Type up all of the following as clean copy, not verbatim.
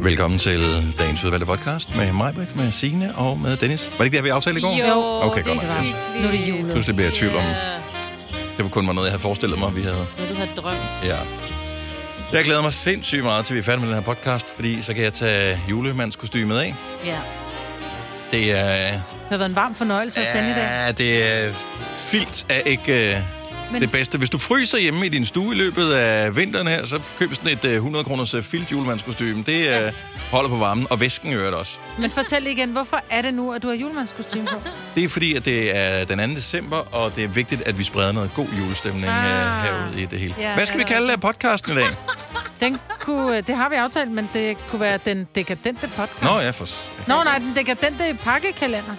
Velkommen til dagens udvalgte podcast med mig, med Signe og med Dennis. Var det ikke det, vi aftalte i går? Jo, okay, godt. Nu er det jul. Pludselig bliver jeg i tvivl om, det var kun noget, jeg havde forestillet mig, vi havde. Hvad du havde drømt. Ja. Jeg glæder mig sindssygt meget til, vi er færdige med den her podcast, fordi så kan jeg tage julemandskostymet af. Ja. Det er... Det har været en varm fornøjelse at sende i dag. Ja, det er filt af ikke det bedste. Hvis du fryser hjemme i din stue i løbet af vinteren her, så køb sådan et 100 kroners filt julemandskostyme. Det holder på varmen, og væsken gør det også. Men fortæl igen, hvorfor er det nu, at du har julemandskostyme på? Det er fordi, at det er den 2. december, og det er vigtigt, at vi spreder noget god julestemning herude i det hele. Ja, hvad skal vi kalde podcasten i dag? Det har vi aftalt, men det kunne være den dekadente podcast. Nå, ja, Nå, nej, den dekadente pakkekalender.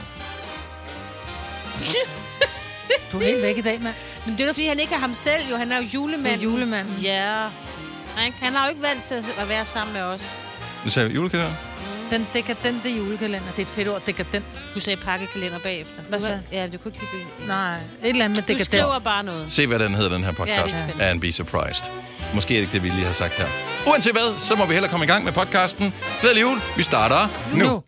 Du er helt væk i dag, mand. Men det er da, fordi han ikke er ham selv, jo. Han er jo julemand. Julemanden. Ja. Han har jo ikke valgt til at være sammen med os. Du sagde julekalender? Den dekadente julekalender. Det er et fedt ord, dekadent. Du sagde pakkekalender bagefter. Hvad så? Ja, du kunne ikke lide det. Nej, et eller andet med dekadent. Du skriver bare noget. Se, hvad den hedder, den her podcast. Ja, and be surprised. Måske er det ikke det, vi lige har sagt her. Uanset hvad, så må vi hellere komme i gang med podcasten. Glædelig jul. Vi starter nu.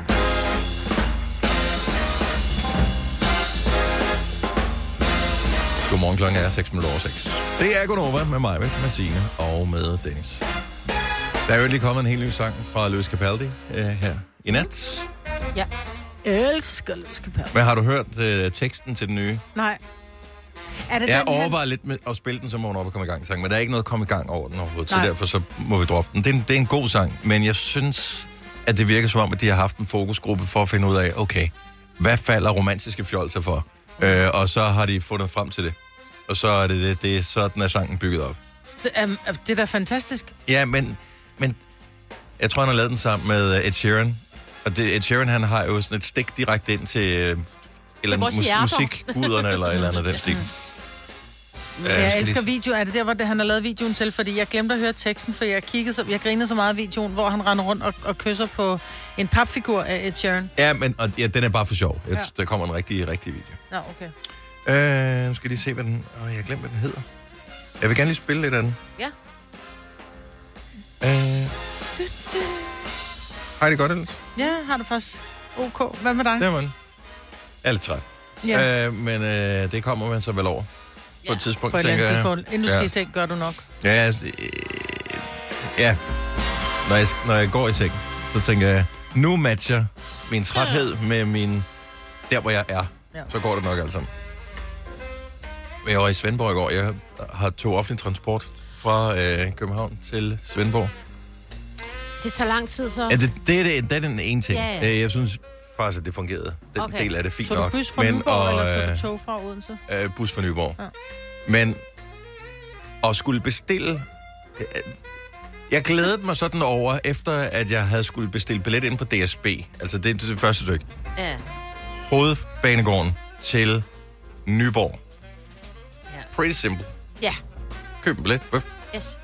Godmorgen, klokken er 6:06. Det er Gunova med mig, med Signe og med Dennis. Der er jo lige kommet en helt ny sang fra Lewis Capaldi her i nat. Ja. Elsker Lewis Capaldi. Men har du hørt teksten til den nye? Nej. Er det jeg overvejer lidt med at spille den, så må hun op og komme i gang sang, men der er ikke noget at komme i gang over den overhovedet, så derfor så må vi droppe den. Det er en god sang, men jeg synes, at det virker som om, at de har haft en fokusgruppe for at finde ud af, okay, hvad falder romantiske fjolser for? Og så har de fundet frem til det. Og så er det sådan er sangen bygget op. Det er da fantastisk. Ja, men jeg tror, han har lavet den sammen med Ed Sheeran. Og Ed Sheeran, han har jo sådan et stik direkte ind til musikguderne eller et eller andet den stil. Jeg elsker video. Er det der, hvor han har lavet videoen til? Fordi jeg glemte at høre teksten, for jeg grinede så meget af videoen, hvor han render rundt og kysser på en papfigur af Ed Sheeran. Ja, men den er bare for sjov. Der kommer en rigtig video. Ja, okay. Nu skal jeg lige se, hvad den... jeg glemte, hvad den hedder. Jeg vil gerne lige spille lidt af den. Ja. Har det godt ellers? Ja, har det faktisk ok. Hvad med dig? Det er man. Jeg er lidt træt. Ja. Men det kommer man så vel over. På et tidspunkt, på et tænker jeg. Tidspunkt. Inden du skal i seng, gør du nok. Ja. Når jeg går i seng, så tænker jeg, nu matcher min træthed med min... Der, hvor jeg er. Ja. Så går det nok alt sammen. Jeg var i Svendborg i går. Jeg har tog offentlig transport fra København til Svendborg. Det tager lang tid, så? Ja, det er den ene ting. Ja. Jeg synes faktisk, at det fungerede. Den del af det fint nok. Tog du bus fra Nyborg, eller tog du tog fra Odense? Bus fra Nyborg. Ja. Men at skulle bestille... Jeg glædede mig sådan over, efter at jeg havde skulle bestille billet ind på DSB. Altså det første stykke. Ja. Hovedbanegården til Nyborg. Ja. Pretty simple. Ja. Køb en billet. Yes.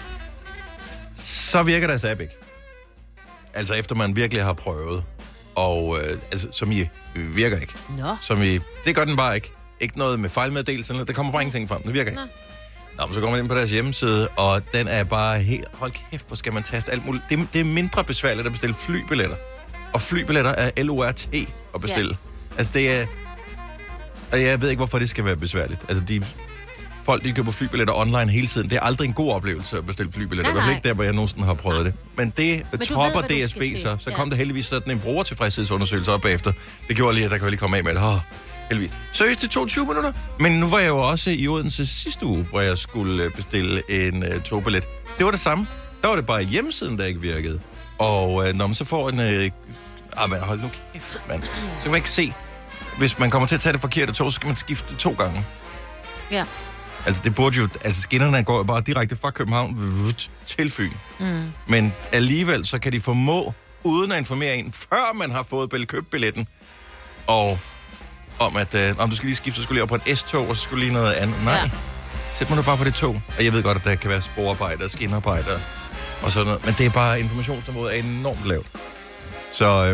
Så virker deres app ikke. Altså efter man virkelig har prøvet. Og som I virker ikke. Nå. Det gør den bare ikke. Ikke noget med fejlmeddelelse. Der kommer bare ingenting frem. Det virker ikke. Nå, men så går man ind på deres hjemmeside, og den er bare helt... Hold kæft, hvor skal man taste alt muligt. Det er mindre besværligt at bestille flybilletter. Og flybilletter er LORT at bestille. Ja. Altså det er... Og jeg ved ikke, hvorfor det skal være besværligt. Altså folk, de køber flybilletter online hele tiden. Det er aldrig en god oplevelse at bestille flybilletter. Det er ikke der, hvor jeg nogensinde har prøvet det. Men det topper DSB så kom der heldigvis sådan en brugertilfredshedsundersøgelse op bagefter. Det gjorde lige, at der kan lige komme af med det. Heldigvis. Seriøst, det tog 20 minutter. Men nu var jeg jo også i Odense sidste uge, hvor jeg skulle bestille en togbillet. Det var det samme. Der var det bare hjemmesiden, der ikke virkede. Og når man så får en... men hold nu kæft, mand. Så kan man ikke se. Hvis man kommer til at tage det forkerte tog, så skal man skifte 2 gange. Ja. Altså, det burde jo... Altså, skinnerne går jo bare direkte fra København til Fyn. Men alligevel, så kan de formå, uden at informere en, før man har fået købt billetten, og om at, om du skal lige skifte, så skulle lige op på et S-tog, og så skulle lige noget andet. Nej, sæt mig nu bare på det tog. Og jeg ved godt, at der kan være sporarbejder, skinarbejder og sådan noget, men det er bare, informationsniveauet er enormt lavt. Så,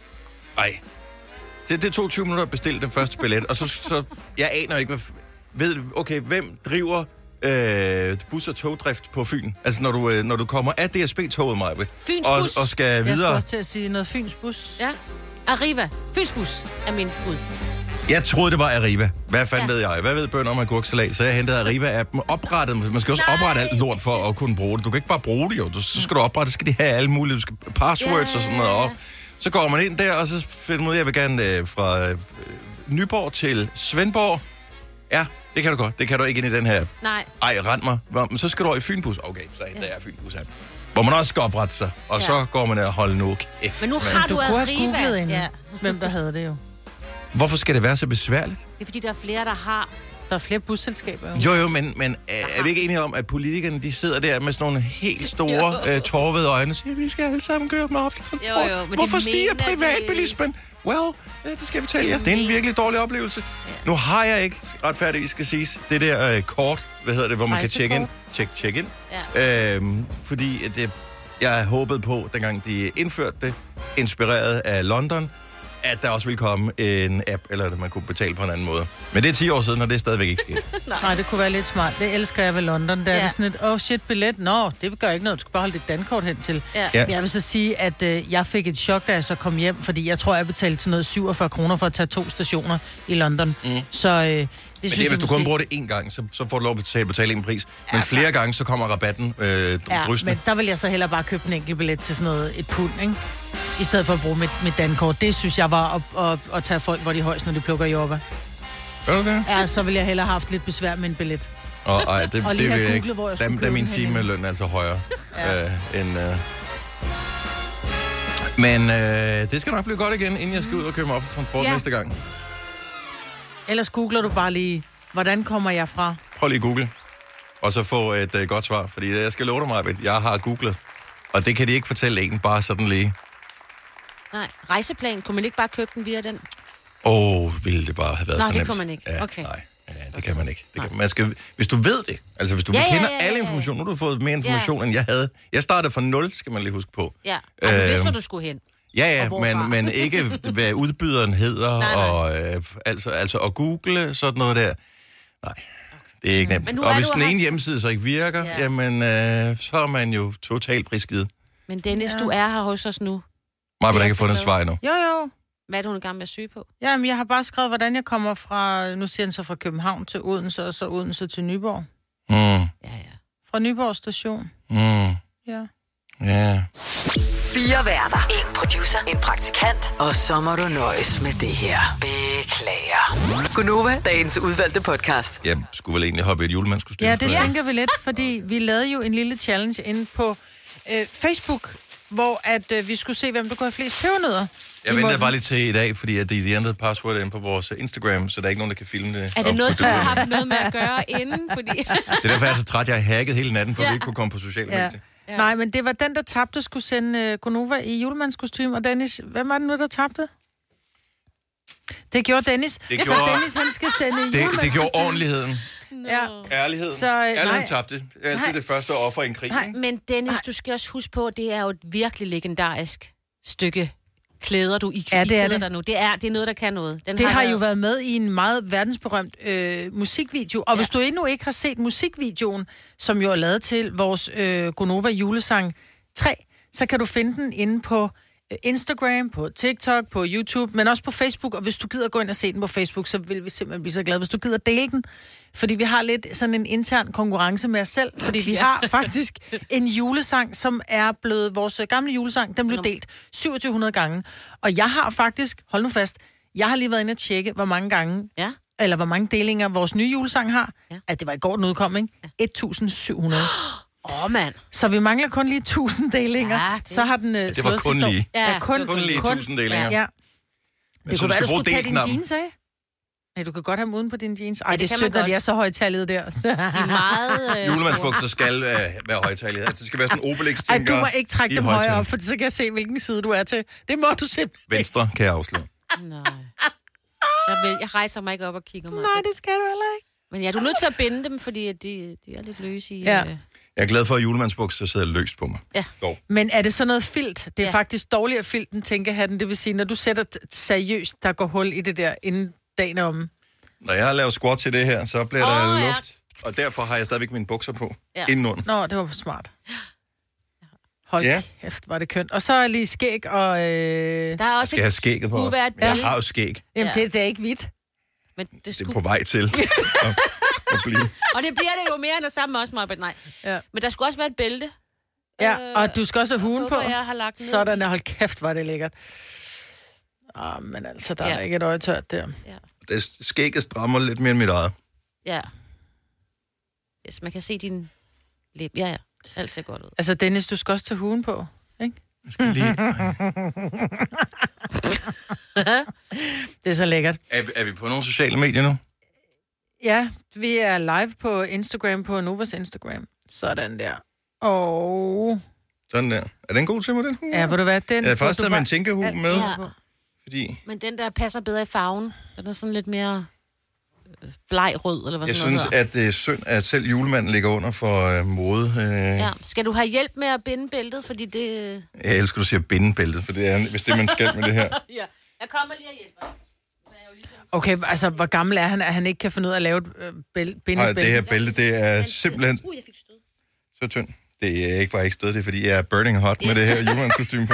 det tog 20 minutter at bestille den første billet, og så jeg aner ikke, hvem driver bus- og togdrift på Fyn. Altså, når du kommer af DSB-toget, Maja, Fyns og, bus. og skal Jeg videre... skulle også til at sige noget Fyns bus. Ja. Arriva. Fyns bus er min bud. Jeg troede, det var Arriva. Hvad fanden Ja. ved jeg? Hvad ved bønder om agurksalat? Så jeg hentede Arriva-appen oprettet. Man skal også oprette alt lort for at kunne bruge det. Du kan ikke bare bruge det, jo. Så skal du oprette, så skal de have alle mulige. Du skal passwords og sådan noget op. Så går man ind der, og så finder man ud af, jeg vil gerne fra Nyborg til Svendborg. Ja, det kan du godt. Det kan du ikke ind i den her. Nej. Ej, rend mig. Men så skal du over i Fynbus. Okay, så henter jeg Fynbus-appen. Hvor man også skal oprette sig. Og så går man og holder nu kæft. Men nu har Du du kunne have googlet Arriva. inden, Ja. hvem der havde det jo. Hvorfor skal det være så besværligt? Det er fordi, der er flere, der har... Der er flere busselskaber jo. Jo, men er vi ikke enige om, at politikerne, de sidder der med sådan nogle helt store tårvede øjne og siger, vi skal alle sammen køre med offentlig transport. Jo, men hvorfor de stiger mener privatbilismen? Well, det skal jeg fortælle jer. Det er en virkelig dårlig oplevelse. Nu har jeg ikke, retfærdigt skal siges, det der kort, hvor man kan check in. Ja. Fordi jeg håbede på, dengang de indførte det, inspireret af London, at der også ville komme en app, eller at man kunne betale på en anden måde. Men det er 10 år siden, og det er stadigvæk ikke sket. Nej, det kunne være lidt smart. Det elsker jeg ved London. Der er det sådan et, shit, billet. Nå, det gør ikke noget. Du skal bare holde dit dankort hen til. Ja. Jeg vil så sige, at jeg fik et chok, da jeg så kom hjem, fordi jeg tror, jeg betalte til noget 47 kroner for at tage 2 stationer i London. Så det Men det er, hvis du kun bruger det én gang, så får du lov til at betale en pris. Men flere gange, så kommer rabatten drystende. Men der vil jeg så hellere bare købe en enkelt billet til sådan noget, et pund, ikke? I stedet for at bruge mit dankort. Det synes jeg var at tage folk, hvor de højst, når de plukker jordbær. Gør du det? Ja, så ville jeg hellere have haft lidt besvær med en billet. Ej, det Og lige vil have jeg googlet, ikke. hvor jeg skulle Der er købe min den henne. timeløn altså højere end... Men det skal nok blive godt igen, inden jeg skal ud og købe mig op til transport næste gang. Ellers googler du bare lige, hvordan kommer jeg fra? Prøv lige at google, og så få et godt svar. Fordi jeg skal love dig, Maj-Brit, jeg har googlet. Og det kan de ikke fortælle en, bare sådan lige. Nej, rejseplan. Kunne man ikke bare købe den via den? Ville det bare have været Nå, så det nemt. kunne man ikke. Ja, Okay. Nej, det kan man ikke. Man skal, hvis du ved det, altså hvis du kender alle information, nu har du fået mere information, end jeg havde. Jeg startede fra 0, skal man lige huske på. Ja, du vidste, hvor du skulle hen. Ja, men ikke hvad udbyderen hedder, nej. og altså at google sådan noget der. Nej, det er ikke nemt. Og hvis den ene hjemmeside så ikke virker, jamen så er man jo totalt prisgivet. Men Dennis, du er her hos os nu. Mig vil ikke få den svar endnu. Jo. Hvad er det, hun er gang med at syge på? Jamen, jeg har bare skrevet, hvordan jeg kommer fra, nu siger den så fra København til Odense, og så Odense til Nyborg. Ja. Fra Nyborg station. Ja. 4 værter. 1 producer. 1 praktikant. Og så må du nøjes med det her. Beklager. Gunova, dagens udvalgte podcast. Jeg skulle vel egentlig hoppe i et julemandskostyme. Ja, det tænker vi lidt, fordi vi lavede jo en lille challenge inde på Facebook, hvor at vi skulle se, hvem der kunne have flest pebernødder. Jeg venter bare lige til i dag, fordi at de ændrede password ind på vores Instagram, så der er ikke nogen, der kan filme det. Er det noget, du har haft noget med at gøre inden? Fordi... Det er derfor, jeg er så træt, jeg har hacket hele natten, for at vi ikke kunne komme på sociale medier. Ja. Nej, men det var den, der tabte, skulle sende Gunova i julemandskostyme. Og Dennis, hvem var det nu, der tabte? Det gjorde Dennis. Så Dennis, han skal sende julemandskostyme. Det gjorde ordentligheden. Ja. Ærligheden. Ærligheden tabte. Det er altid det første offer i en krig, ikke? Men Dennis, du skal også huske på, at det er jo et virkelig legendarisk stykke klæder, du iklæder dig nu. Det er noget, der kan noget. Det har jo været med i en meget verdensberømt musikvideo. Og hvis du endnu ikke har set musikvideoen, som jo er lavet til vores Gonova julesang 3, så kan du finde den inde på Instagram, på TikTok, på YouTube, men også på Facebook. Og hvis du gider gå ind og se den på Facebook, så vil vi simpelthen blive så glade. Hvis du gider dele den, fordi vi har lidt sådan en intern konkurrence med os selv, fordi vi har faktisk en julesang, som er blevet vores gamle julesang, den blev delt 2700 gange. Og jeg har faktisk, hold nu fast, jeg har lige været inde og tjekke, hvor mange gange, eller hvor mange delinger vores nye julesang har. At det var i går, den udkom, ikke? 1700. Mand. Så vi mangler kun lige 1000 delinger. Så har den det var kun lige. Ja, kun lige 1000 delinger. Ja. Det kunne være, du skulle tage dine jeans af. Nej, du kan godt have dem uden på dine jeans. Ej, det er sødt, når de er så højtalede der. De er meget... Julemandsbukser skal være højtalede. Altså, det skal være sådan en Obelix-tænker. Ej, du må ikke trække dem højere op, for så kan jeg se, hvilken side du er til. Det må du simpelthen. Venstre kan jeg afsløre. Nej. Jeg rejser mig ikke op og kigger mig. Nej, det skal du heller ikke. Men ja, du er nødt til at binde dem, fordi de er lidt løse i... Ja. Jeg er glad for, at julemandsbukser sidder løst på mig. Ja. Men er det sådan noget filt? Det er faktisk dårligt at filten, tænker hatten. Det vil sige, når du sætter seriøst, der går hul i det der, inden dagen om. Når jeg laver squat til det her, så bliver der luft. Og derfor har jeg stadigvæk mine bukser på indenunder. Nå, det var smart. Hold kæft, var det kønt. Og så er lige skæg og... Der er også skal have skægget på. Jeg har jo skæg. Jamen, det er ikke hvidt. Men det er på vej til at blive. Og det bliver det jo mere end det samme også, Marbet. Nej. Ja. Men der skulle også være et bælte. Ja, og du skal også have huen på. Jeg har lagt ned. Sådan, hold kæft, var det lækkert. Men altså, der er ikke et øje tørt der. Ja. Skægget strammer lidt mere end mit eget. Ja. Yes, man kan se din læb. Ja. Alt ser godt ud. Altså, Dennis, du skal også tage huen på, ikke? Jeg skal lige... Det er så lækkert. Er vi på nogle sociale medier nu? Ja, vi er live på Instagram, på Novas Instagram. Sådan der. Og... Sådan der. Er den god til mig, den hue? Ja, vil du være den? Jeg har faktisk taget min tænkehue med. Ja. Fordi... Men den der passer bedre i farven. Den er sådan lidt mere blegrød, eller hvad jeg sådan noget. Jeg synes, at det er synd, at selv julemanden ligger under for mode. Ja. Skal du have hjælp med at binde bæltet, fordi det... Jeg elsker, at du siger binde bæltet, for det er, hvis det man skal med det her. Ja, jeg kommer lige og hjælper. Okay, altså, hvor gammel er han, at han ikke kan finde ud af at lave et bindebælte? Nej, det her bælte, det er simpelthen så tyndt. Det er ikke bare ikke stød, det er, fordi jeg er burning hot med det her julemandskostyme på.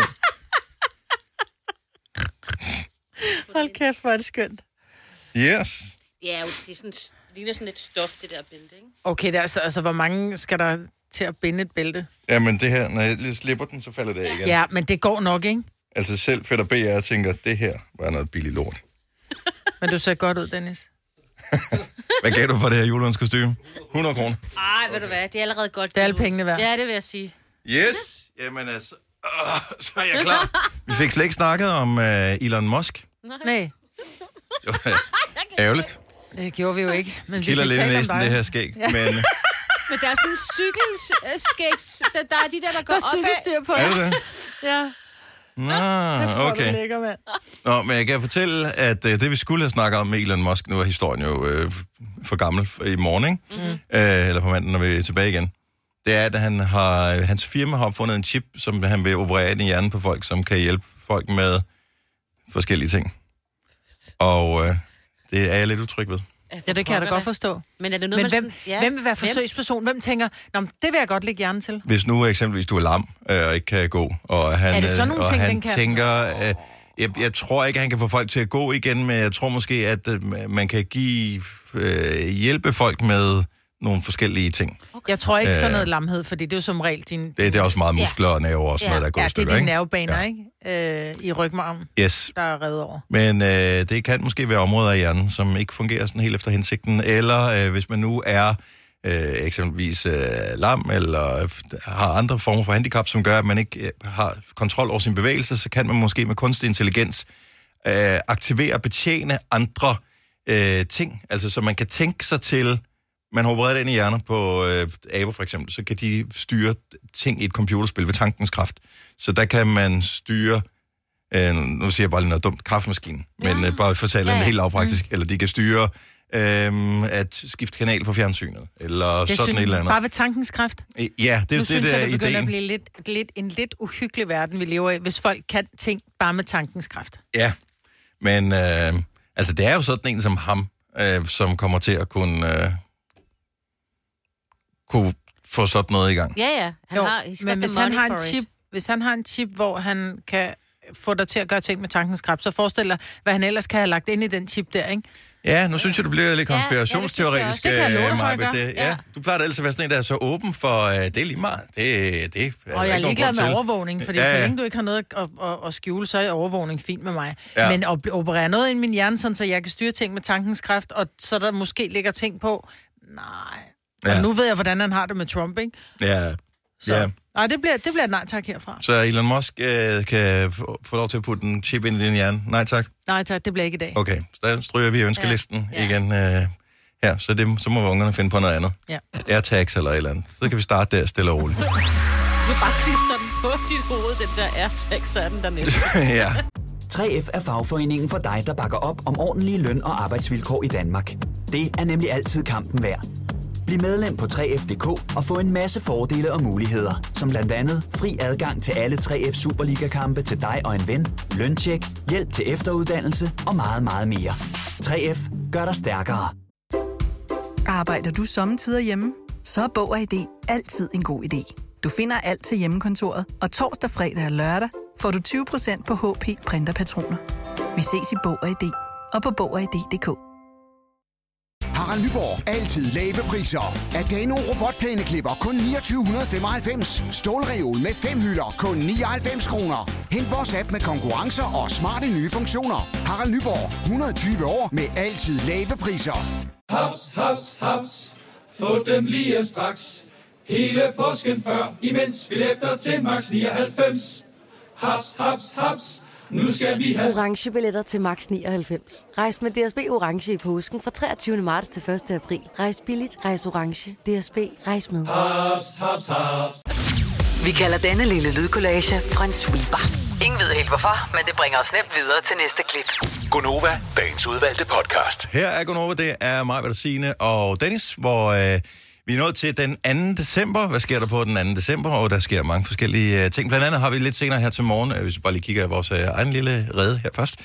Hold kæft, hvor er det skønt. Yes. Ja, det er sådan, ligner sådan et stof, det der bælte, ikke? Okay, det er altså, hvor mange skal der til at binde et bælte? Jamen, det her, når jeg slipper den, så falder det af igen. Ja, men det går nok, ikke? Altså, selv Fætter B, jeg tænker, det her var noget billigt lort. Men du ser godt ud, Dennis. Hvad gav du for det her julemandskostyme? 100 kroner. Ej, ved du hvad, det er allerede godt. Det er alle pengene værd. Ja, det vil jeg sige. Yes. Jamen altså, så er jeg klar. Vi fik slet ikke snakket om Elon Musk. Nej. Jo, ærgerligt. Det gjorde vi jo ikke. Men kilder lidt i næsten det her skæg. Ja. Men der er sådan en cykelskæg. Der er de der går op af. Der er cykelstyr på. Er det det? Ja. Nå, okay. Lækker, nå, men jeg kan fortælle, at det vi skulle have snakket om med Elon Musk, nu er historien jo for gammel i morgen, ikke? Mm-hmm. Eller på mandag, når vi er tilbage igen. Det er, at hans firma har opfundet en chip, som han vil operere ind i hjernen på folk, som kan hjælpe folk med forskellige ting. Og det er jeg lidt utryg ved. Ja, det kan jeg da godt forstå. Men er det noget, hvem vil være forsøgsperson? Hvem tænker, det vil jeg godt lægge hjernen til? Hvis nu eksempelvis du er lam og ikke kan gå, og han, er det sådan nogle og ting, han den kan? tænker... Jeg tror ikke, at han kan få folk til at gå igen, men jeg tror måske, at man kan hjælpe folk med nogle forskellige ting. Okay. Jeg tror ikke sådan noget lamhed, fordi det er jo som regel din... Det er også meget muskler og nerver og sådan noget, der går stykker, det er dine nervebaner, ikke? I rygmarven, der er reddet over. Men det kan måske være områder af hjernen, som ikke fungerer sådan helt efter hensigten, eller hvis man nu er eksempelvis lam, eller har andre former for handicap, som gør, at man ikke har kontrol over sin bevægelse, så kan man måske med kunstig intelligens aktivere og betjene andre ting. Altså, så man kan tænke sig til... Man har opereret ind i hjerner på aber for eksempel, så kan de styre ting i et computerspil ved tankens kraft. Så der kan man styre, nu siger jeg bare lige noget dumt, kaffemaskine, men bare fortælle det helt lavpraktisk, eller de kan styre at skifte kanal på fjernsynet, eller det sådan et eller andet. Bare ved tankens kraft? Ja, det er det, der er ideen. Nu synes jeg, det begynder at blive en lidt uhyggelig verden, vi lever i, hvis folk kan ting bare med tankens kraft. Ja, men altså det er jo sådan en som ham, som kommer til at kunne få sådan noget i gang. Ja. Men hvis han har en chip, hvor han kan få dig til at gøre ting med tankens kraft, så forestil dig, hvad han ellers kan have lagt ind i den chip der, ikke? Ja, nu synes jeg, du bliver lidt konspirationsteoretisk. Ja. Du plejer da altid at være sådan en, der er så åben for, det er lige meget. Det og jeg er ligeglad med overvågning, fordi så længe du ikke har noget at skjule, så er overvågning fint med mig. Ja. Men at operere noget ind i min hjerne, sådan, så jeg kan styre ting med tankens kraft, og så der måske ligger ting på, nej... Ja. Og nu ved jeg, hvordan han har det med Trump, ikke? Ja. Nej, det bliver et nej tak herfra. Så Elon Musk kan få lov til at putte en chip ind i din hjerne? Nej tak? Nej tak, det bliver ikke i dag. Okay, så stryger vi ønskelisten igen her. Så må ungerne finde på noget andet. Ja. AirTags eller et eller andet. Så kan vi starte der stille og roligt. Du bare klister den på dit hoved, den der AirTags, så er den dernede. Ja. 3F er fagforeningen for dig, der bakker op om ordentlige løn- og arbejdsvilkår i Danmark. Det er nemlig altid kampen værd. Bliv medlem på 3F.dk og få en masse fordele og muligheder, som blandt andet fri adgang til alle 3F Superliga-kampe til dig og en ven, løntjek, hjælp til efteruddannelse og meget, meget mere. 3F gør dig stærkere. Arbejder du sommetider hjemme? Så er Bog og ID altid en god idé. Du finder alt til hjemmekontoret, og torsdag, fredag og lørdag får du 20% på HP printerpatroner. Vi ses i Bog og ID og på Bog og ID.dk. Harald Nyborg. Altid lave priser. Adano robotplæneklipper kun 2995. Stålreol med 5 hylder kun 99 kroner. Hent vores app med konkurrencer og smarte nye funktioner. Harald Nyborg. 120 år med altid lave priser. Haps, haps, haps. Få dem lige straks. Hele påsken før, imens billetter til max 99. Haps, haps, haps. Nu skal vi have orange billetter til max 99. Rejs med DSB orange i påsken fra 23. marts til 1. april. Rejs billigt, rejs orange. DSB, rejs med. haps, haps, haps. Vi kalder denne lille lydkollage en sweeper. Ingen ved helt hvorfor, men det bringer os nemt videre til næste klip. Gonova, dagens udvalgte podcast. Her er Gonova, det er mig, Signe og Dennis, hvor vi er nået til den 2. december. Hvad sker der på den 2. december? Og der sker mange forskellige ting. Blandt andet har vi lidt senere her til morgen, hvis vi bare lige kigger vores egen lille rede her først.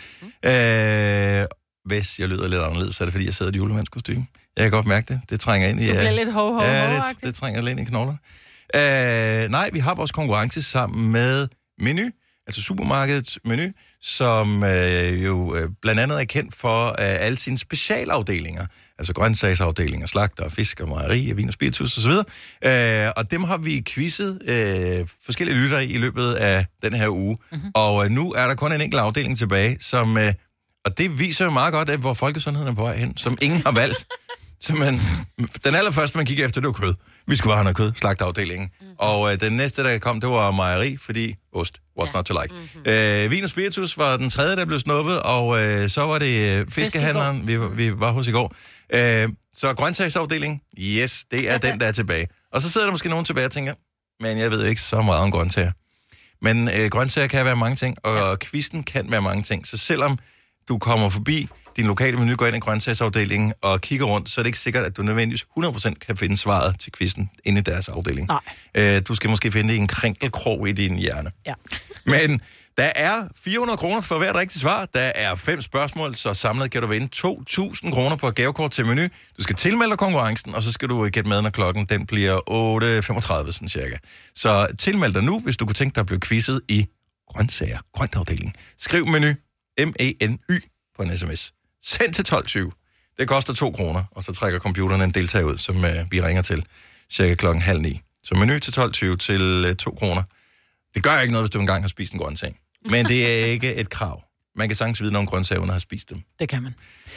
Hvis jeg lyder lidt anderledes, så er det fordi, jeg sidder i et julemandskostyme. Jeg kan godt mærke det. Det trænger ind i... Du bliver lidt hov. Ja, det trænger lidt ind i knoglerne. Nej, vi har vores konkurrence sammen med Meny, altså supermarkedet Meny, som blandt andet er kendt for alle sine specialafdelinger. Altså grøntsagsafdelinger, slagter, fisk og mejeri, vin og spiritus osv. Og dem har vi quizzet forskellige lyttere i løbet af den her uge. Mm-hmm. Og nu er der kun en enkelt afdeling tilbage, som... og det viser jo meget godt, hvor folkesundheden er på vej hen, som ingen har valgt. Så den allerførste, man kigger efter, det var kød. Vi skulle have noget kød, slagterafdelingen. Mm-hmm. Og den næste, der kom, det var mejeri, fordi ost. What's not to like? Mm-hmm. Vin og spiritus var den tredje, der blev snuppet, og så var det fiskehandleren, vi var hos i går. Så grøntsagsafdelingen, yes, det er den, der er tilbage. Og så sidder der måske nogen tilbage og tænker, men jeg ved ikke så meget om grøntsager. Men grøntsager kan være mange ting, og quizzen kan være mange ting. Så selvom du kommer forbi din lokale Meny, går ind i grøntsagsafdelingen og kigger rundt, så er det ikke sikkert, at du nødvendigvis 100% kan finde svaret til quizzen inde i deres afdeling. Nej. Du skal måske finde en krænkelkrog i din hjerne. Ja. Men der er 400 kroner for hvert rigtigt svar. Der er 5 spørgsmål, så samlet kan du vinde 2.000 kroner på et gavekort til Meny. Du skal tilmelde dig konkurrencen, og så skal du gætte med, når klokken den bliver 8.35 sådan cirka. Så tilmeld dig nu, hvis du kunne tænke dig at blive quizzet i grøntsager, grøntafdelingen. Skriv Meny, M-E-N-Y, på en sms. Send til 12.20. Det koster 2 kroner, og så trækker computeren en deltager ud, som vi ringer til cirka klokken 8:30. Så Meny til 12.20 til 2 kroner. Det gør ikke noget, hvis du engang har spist en grøntsag. Men det er ikke et krav. Man kan sagtens vide, når en grøntsag uden at have spist dem. Det kan man.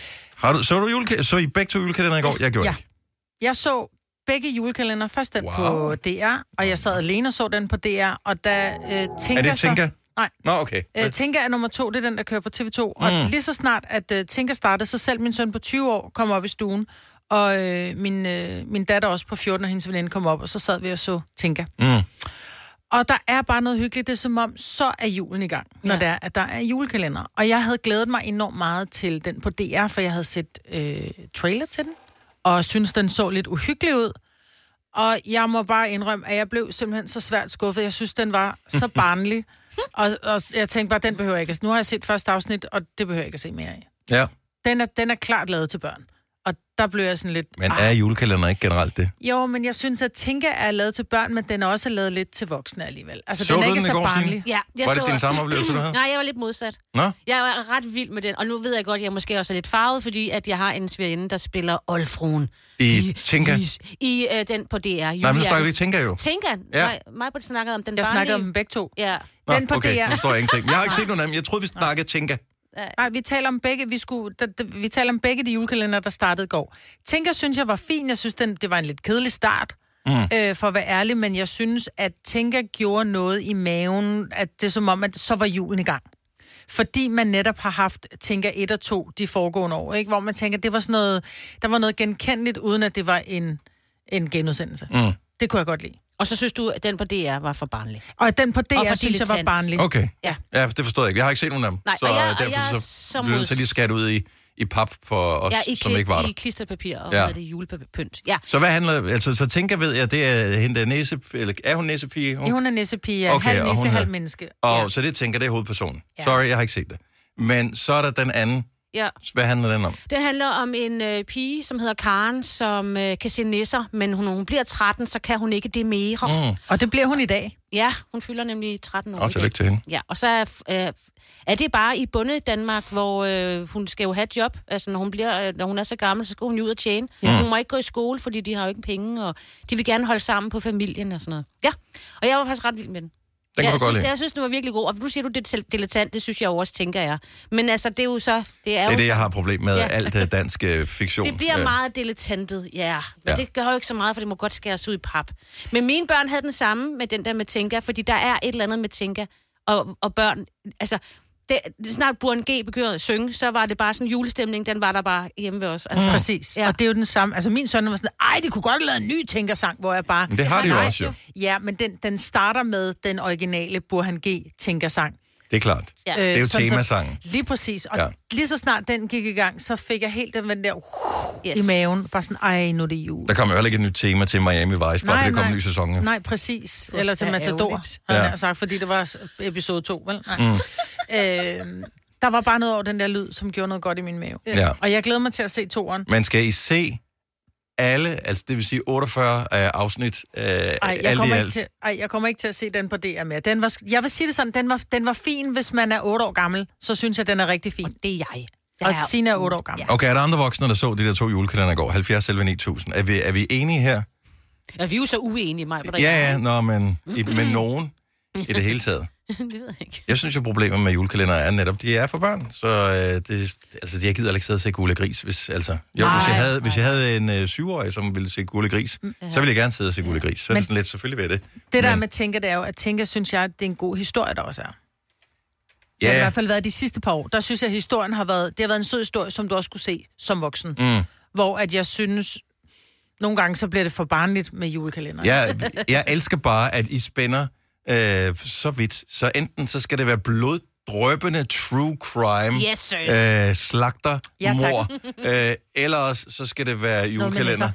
Så I begge 2 julekalender i går? Jeg gjorde ikke. Jeg så begge julekalender. Først den på DR, og jeg sad alene og så den på DR, og der tænker er det Tinka? Nej. Nå, okay. Tinka er nummer 2, det er den, der kører på TV2. Og lige så snart, at Tinka startede, så selv min søn på 20 år kom op i stuen, og min datter også på 14, og hendes veninde kom op, og så sad vi og så Tinka. Og der er bare noget hyggeligt. Det er som om, så er julen i gang, når der er julekalender. Og jeg havde glædet mig enormt meget til den på DR, for jeg havde set trailer til den, og synes den så lidt uhyggelig ud. Og jeg må bare indrømme, at jeg blev simpelthen så svært skuffet. Jeg synes, den var så barnlig. og jeg tænkte bare, den behøver jeg ikke. Nu har jeg set første afsnit, og det behøver jeg ikke at se mere af. Ja. Den er klart lavet til børn. Og der blev jeg sådan lidt... Men er julekalender ikke generelt det? Jo, men jeg synes, at Tinka er lavet til børn, men den er også lavet lidt til voksne alligevel. Altså, så den er du ikke den i så går, barnlig. Ja, var det din samme oplevelse, du havde? Nej, jeg var lidt modsat. Nå? Jeg var ret vild med den, og nu ved jeg godt, at jeg måske også er lidt farvet, fordi at jeg har en svigerinde, der spiller Olfruen. I Tinka? I den på DR. Nej, men nu snakker vi Tinka jo. Tinka? Ja. Mig på det snakkede om den Jeg barnlige. snakkede om dem begge to. Ja. Den på okay, DR. nu står jeg ingenting. Jeg har ikke set nogen af dem. Jeg troede, vi snakkede Tinka. Nej, vi taler om begge. Vi taler om begge de julekalender, der startede i går. Tinka synes jeg var fin. Jeg synes, det var en lidt kedelig start, for at være ærlig, men jeg synes, at Tinka gjorde noget i maven, at det er som om, at så var julen i gang. Fordi man netop har haft Tinka 1 og 2 de foregående år, ikke? Hvor man tænker, det var sådan noget, der var noget genkendeligt, uden at det var en genudsendelse. Det kunne jeg godt lide. Og så synes du, at den på DR var for barnlig? Og den på DR synes jeg var barnlig. Okay. Ja, det forstår jeg ikke. Jeg har ikke set nogen af dem. Nej, så derfor så bliver det lige skat ud i pap for os, som ikke var der. I klisterpapir og det julepynt. Ja. Så hvad handler altså så Tinka ved jeg, det er hende der næse, eller er hun næsepige? Ja, hun er næsepige, halv næse, halv menneske. Og så det Tinka, det er hovedpersonen. Sorry, jeg har ikke set det. Men så er der den anden Ja. Hvad handler den om? Den handler om en pige, som hedder Karen, som kan se nisser, men når hun bliver 13, så kan hun ikke det mere. Og det bliver hun i dag. Ja, hun fylder nemlig 13 år. Og tillykke til hende. Ja, og så er det bare i bunde Danmark, hvor hun skal jo have et job. Altså, når hun er så gammel, så skal hun jo ud og tjene. Hun må ikke gå i skole, fordi de har jo ikke penge, og de vil gerne holde sammen på familien og sådan noget. Ja, og jeg var faktisk ret vild med den. Jeg synes, den var virkelig god. Og du siger, du det er dilettant, det synes jeg også, tænker jeg. Men altså, det er jo så... Det er det, jeg har problem med alt dansk fiktion. Det bliver meget dilettantet, men det gør jo ikke så meget, for det må godt skæres ud i pap. Men mine børn havde den samme med den der med Tinka, fordi der er et eller andet med Tinka og børn. Altså, det snart Burhan G begyndte at synge, så var det bare sådan en julestemning, den var der bare hjemme ved os. Altså, præcis. Ja. Og det er jo den samme. Altså min søn var sådan, det kunne godt have lavet en ny Tinka-sang, hvor jeg bare... Men det har de jo også, jo. Ja, men den starter med den originale Burhan G Tinka-sang. Det er klart. Ja. Det er jo temasangen. Lige præcis. Og lige så snart den gik i gang, så fik jeg helt den der i maven. Bare sådan, nu er det jul. Der kommer jo heller ikke et nyt tema til Miami Vice, bare fordi det kommer en ny sæson. Nej, præcis. Eller til Matador, havde jeg sagt, fordi det var episode 2, vel? Der var bare noget over den der lyd, som gjorde noget godt i min mave. Ja. Og jeg glæder mig til at se toeren. Men skal I se alle, altså det vil sige 48 afsnit jeg kommer ikke til at se den på DR mere. Jeg vil sige det sådan, den var fin, hvis man er 8 år gammel. Så synes jeg, den er rigtig fin. Og det er jeg. Og Signe er 8 år gammel. Okay, er der andre voksne, der så de der 2 julekalender i går? 70 11 9000. Er vi enige her? Ja, vi er jo så uenige, mig. Men nogen i det hele taget. Det ved jeg ikke. Jeg synes jo, problemet med julekalender er netop, de er for børn. Så jeg gider ikke sidde og se Gurli Gris. Hvis jeg havde en 7-årig, som ville se Gurli Gris, så ville jeg gerne sidde og se Gurli Gris. Så er det sådan lidt, selvfølgelig ved det. Det der med Tinka, det er jo, at Tinka, synes jeg, det er en god historie, der også er. Det har i hvert fald været de sidste par år. Der synes jeg, at historien har været en sød historie, som du også kunne se som voksen. Hvor at jeg synes, nogle gange så bliver det for barnligt med julekalender. Jeg elsker bare, at I spænder så vidt. Så enten så skal det være bloddrøbende true crime, slagter, mor, eller også så skal det være julekalender.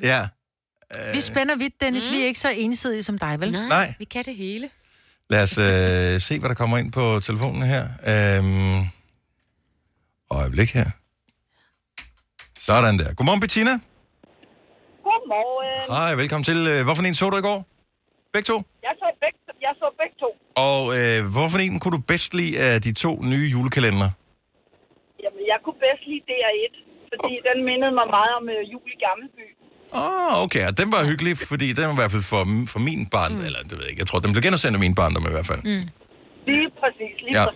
Vi spænder vidt, Dennis. Vi er ikke så ensidige som dig, vel? Nej. Vi kan det hele. Lad os se, hvad der kommer ind på telefonen her. Øjeblik her. Sådan der. Godmorgen, Bettina. Godmorgen. Hej, velkommen til. Hvorfor en så du i går? Begge to? Jeg så begge to. Og hvorfor en kunne du bedst lide af de 2 nye julekalendere? Jamen, jeg kunne bedst lide DR1, fordi den mindede mig meget om Jul i Gammelby. Okay, og den var hyggelig, fordi den var i hvert fald for min barn, eller det ved jeg ikke, jeg tror, den blev genudsendt af min barndom i hvert fald. Lige præcis.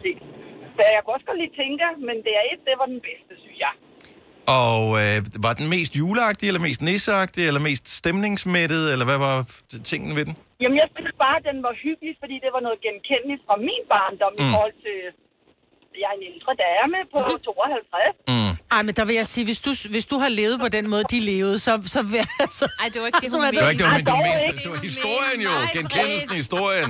Så jeg kunne også godt lide Tinka, men DR1, det var den bedste, synes jeg. Og var den mest juleagtig, eller mest nisseagtig, eller mest stemningsmættet, eller hvad var tingene ved den? Jamen, jeg synes bare, at den var hyggelig, fordi det var noget genkendeligt fra min barndom i forhold til... Jeg er en ældre dame på 52. Ej, men der vil jeg sige, hvis du har levet på den måde, de levede, så vil jeg... Ej, det var ikke det, hun mente. Det var historien jo. Genkendelsen i historien.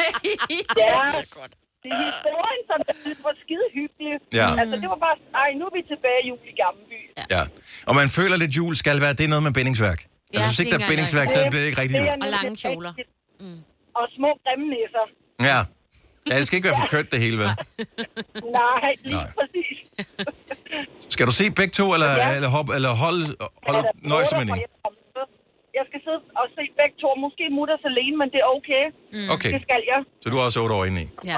Ja, det er historien, som jeg synes var skide hyggelig. Ja. Altså, det var bare... nu er vi tilbage i Jul i Gammelby. Ja. Og man føler lidt, jul skal være, det er noget med bindingsværk. Altså, hvis ikke der er bindingsværk, så bliver det ikke rigtig jul. Og lange kjoler. Og små grimme nisser. Ja. Ja, det skal ikke være for kønt det hele, vel? Nej, lige præcis. Skal du se begge to, eller holde nøjes med den? Jeg skal sidde og se begge to. Måske mutters alene, men det er okay. Okay. Det skal jeg. Så du er også 8 år inde i? Ja,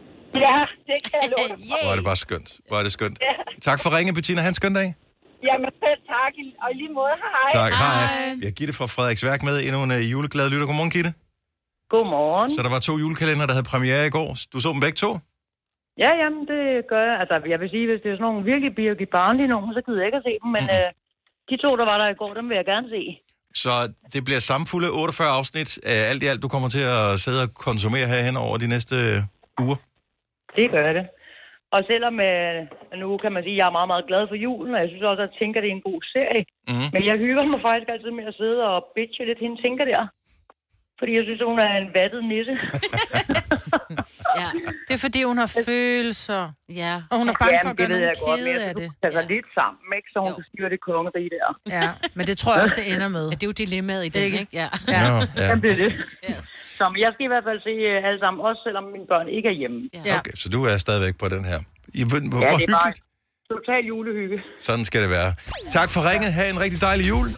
det kan jeg love dig. Hvor er det bare skønt. Hvor er det skønt. Ja. Tak for ringen, Bettina. Ha' en skøn dag. Jamen selv tak. Og i lige måde, hej. Tak, hej. Jeg giver det fra Frederiksværk med endnu en juleglad lytter. Godmorgen, Gitte. Godmorgen. Så der var 2 julekalender, der havde premiere i går. Du så dem begge to? Ja, jamen det gør jeg. Altså, jeg vil sige, hvis det er sådan nogle virkelig barnlige nogen, så gider jeg ikke at se dem. Men de 2, der var der i går, dem vil jeg gerne se. Så det bliver samfulde 48 afsnit af alt i alt, du kommer til at sidde og konsumere herhen over de næste uger? Det gør det. Og selvom nu kan man sige, at jeg er meget, meget glad for julen, og jeg synes også, at jeg tænker, at det er en god serie. Men jeg hygger mig faktisk altid med at sidde og bitche lidt hende tænker der. Fordi jeg synes, at hun er en vattet nisse. Ja. Det er fordi, hun har følelser. Ja. Og hun er bange for at gøre noget kede af det. Altså lidt sammen, ikke? Så hun kan styre det kongerige der. Ja, men det tror jeg også, det ender med. Ja, det er jo dilemmaet i det, ikke? Ja. Jamen, det er det. Yes. Så jeg skal i hvert fald se alle sammen, også selvom mine børn ikke er hjemme. Ja. Okay, så du er stadigvæk på den her. Hvor hyggeligt. Total julehygge. Sådan skal det være. Tak for ringet. Ha' en rigtig dejlig jul.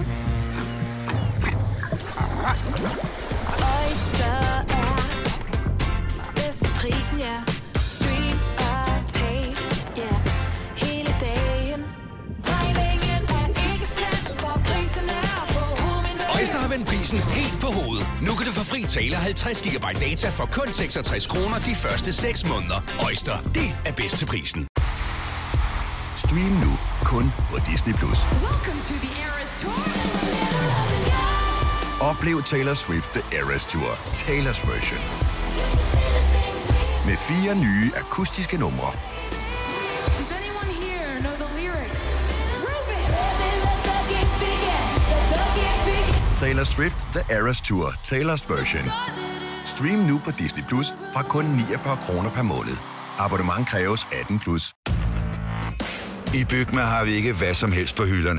Øjster har vendt prisen helt på hovedet. Nu kan du få fri tale 50 GB data for kun 66 kroner de første 6 måneder. Øjster, det er bedst til prisen. Stream nu kun på Disney+. Oplev Taylor Swift The Eras Tour, Taylor's version. Med 4 nye akustiske numre. Taylor Swift The Eras Tour, Taylor's version. Stream nu på Disney+ fra kun 49 kroner per måned. Abonnement kræves 18+. I Bygma har vi ikke hvad som helst på hylderne.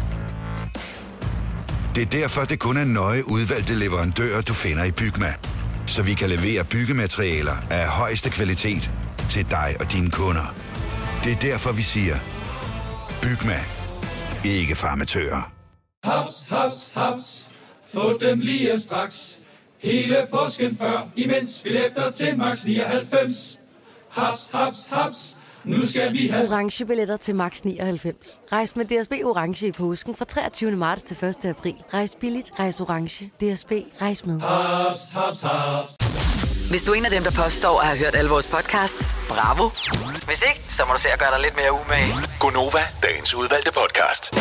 Det er derfor, det kun er nøje udvalgte leverandører, du finder i Bygma. Så vi kan levere byggematerialer af højeste kvalitet til dig og dine kunder. Det er derfor, vi siger, Bygma. Ikke farmatører. Haps, haps, haps. Få dem lige straks. Hele påsken før, imens billetter til max 99. Haps, haps, haps. Nu skal vi have orange billetter til max 99. Rejs med DSB orange i påsken fra 23. marts til 1. april. Rejs billigt, rejs orange. DSB, rejs med. haps, haps, haps. Hvis du er en af dem, der påstår at have hørt alle vores podcasts, bravo. Hvis ikke, så må du se at gøre dig lidt mere umage. Gonova, dagens udvalgte podcast.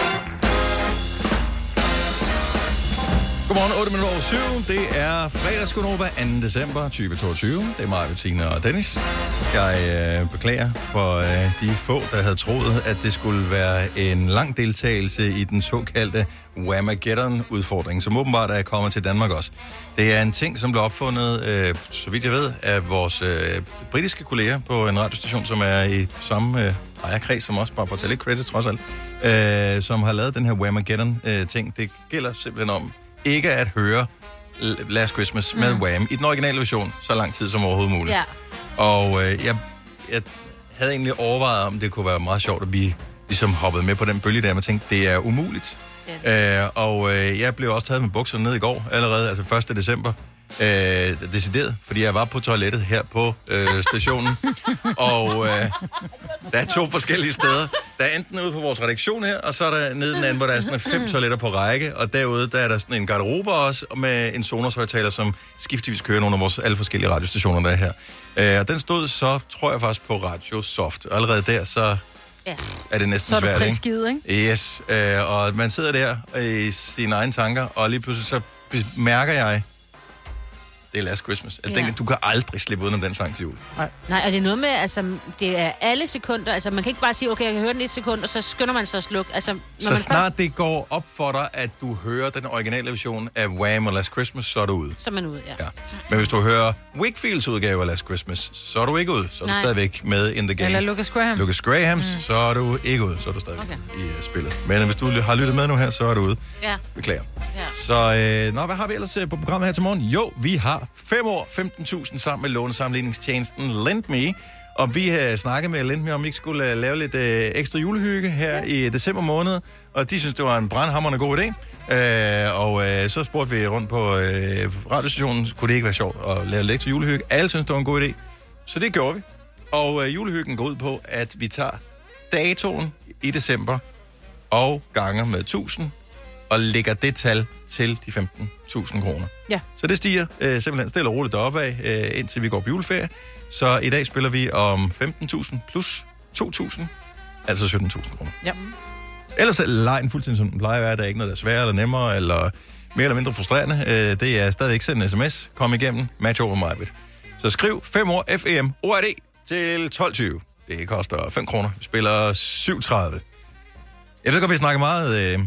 Godmorgen, 8:07. Det er fredags Gonova, 2. december 2022. Det er mig, Bettina og Dennis. Jeg beklager for de få, der havde troet, at det skulle være en lang deltagelse i den såkaldte Whamageddon-udfordring, som åbenbart er kommet til Danmark også. Det er en ting, som blev opfundet, så vidt jeg ved, af vores britiske kolleger på en radiostation, som er i samme ejerkreds som os, bare for at tage lidt credit trods alt, som har lavet den her Whamageddon-ting. Det gælder simpelthen om ikke at høre Last Christmas med Wham i den originale version så lang tid som overhovedet muligt. Ja. Og jeg havde egentlig overvejet, om det kunne være meget sjovt, at vi ligesom hoppede med på den bølge der, og tænkte, det er umuligt. Jeg blev også taget med bukserne ned i går, allerede, altså 1. december, decideret, fordi jeg var på toilettet her på stationen, og der er 2 forskellige steder. Der er enten ude på vores redaktion her, og så er der nede den anden, hvor der er sådan 5 toiletter på række, og derude der er der sådan en garderobe også, med en Sonos-højtaler, som skiftevis kører nogle af vores alle forskellige radiostationer, der er her. Og den stod så, tror jeg faktisk, på Radio Soft. Og allerede der, så er det næsten svært, ikke? Så er du prisgivet, ikke? Yes, og man sidder der i sine egne tanker, og lige pludselig så mærker jeg, det er Last Christmas. Jeg tænker, du kan aldrig slippe uden om den sang til jul. Nej, og det er noget med, altså, det er alle sekunder. Altså, man kan ikke bare sige, okay, jeg kan høre den et sekund, og så skynder man sig at slukke. Altså, så snart det går op for dig, at du hører den originale version af Wham og Last Christmas, så er du ude. Så er man ude, ja. Men hvis du hører Wakefields udgave af Last Christmas, så er du ikke ude. Så er du stadigvæk med in the game. Eller Lucas Graham. Lucas Grahams, så er du ikke ude. Så er du stadigvæk i spillet. Men hvis du har lyttet med nu her, så er du ude. Ja. Beklager. Ja. Så hvad har vi ellers på programmet her til morgen? Jo, vi har 5 år, 15.000 sammen med lånesammenligningstjenesten Lendme. Og vi har snakket med Lendme, om vi ikke skulle lave lidt ekstra julehygge her i december måned. Og de synes, det var en brandhamrende god idé. Så spurgte vi rundt på radiostationen, kunne det ikke være sjovt at lave lidt ekstra julehygge? Alle synes, det var en god idé. Så det gjorde vi. Og julehyggen går ud på, at vi tager datoen i december og ganger med 1000 og lægger det tal til de 15.000 kroner. Ja. Så det stiger simpelthen stille og roligt deroppe af, indtil vi går på juleferie. Så i dag spiller vi om 15.000 plus 2.000, altså 17.000 kroner. Ja. Ellers er lejen fuldstændig som den plejer at være. Der er ikke noget, der er sværere eller nemmere, eller mere eller mindre frustrerende. Det er stadigvæk sendt en sms. Kom igennem. Match over mig. Så skriv 5 år FEM ORD til 12.20. Det koster 5 kroner. Vi spiller 7.30. Jeg ved godt, vi snakker meget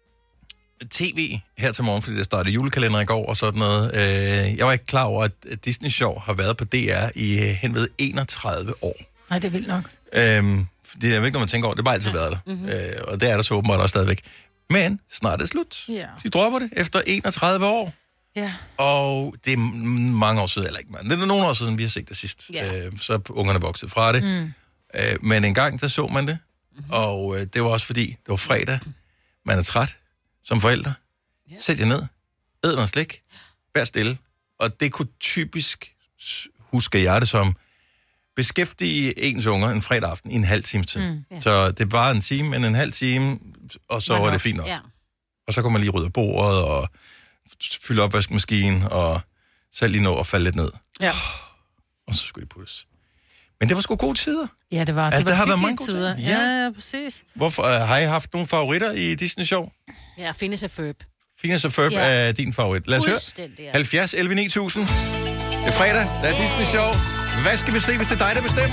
tv her til morgen, fordi der startede julekalender i går og sådan noget. Jeg var ikke klar over, at Disney Sjov har været på DR i henved 31 år. Nej, det er vildt nok. Det er ikke, når man tænker over, det har bare altid været der. Mm-hmm. Og det er der så åbenbart også stadigvæk. Men snart er det slut. Ja. De dropper det efter 31 år. Ja. Og det er mange år siden, eller ikke mange. Det er nogle år siden, vi har set det sidst. Ja. Så er ungerne vokset fra det. Men en gang, der så man det Og det var også fordi, det var fredag. Man er træt som forældre. Sæt jer ned. Æd noget slik. Vær stille. Og det kunne typisk, husker jeg det som, beskæftige ens unger en fredag aften i en halv times tid. Så det var en time, men en halv time, og så var det fint nok. Ja. Og så kunne man lige rydde bordet, og fylde opvaskemaskinen, og selv lige nå at falde lidt ned. Ja. Og så skulle de puttes. Men det var sgu gode tider. Ja, det var. Altså, det var har været mange gode tider. Ja, præcis. Hvorfor, har I haft nogle favoritter i Disney-show? Ja, Phineas og Ferb. Phineas og Ferb er din favorit. Lad os høre. 70 11 9000. Det er fredag, der er Disney-show. Hvad skal vi se, hvis det er dig, der bestemmer?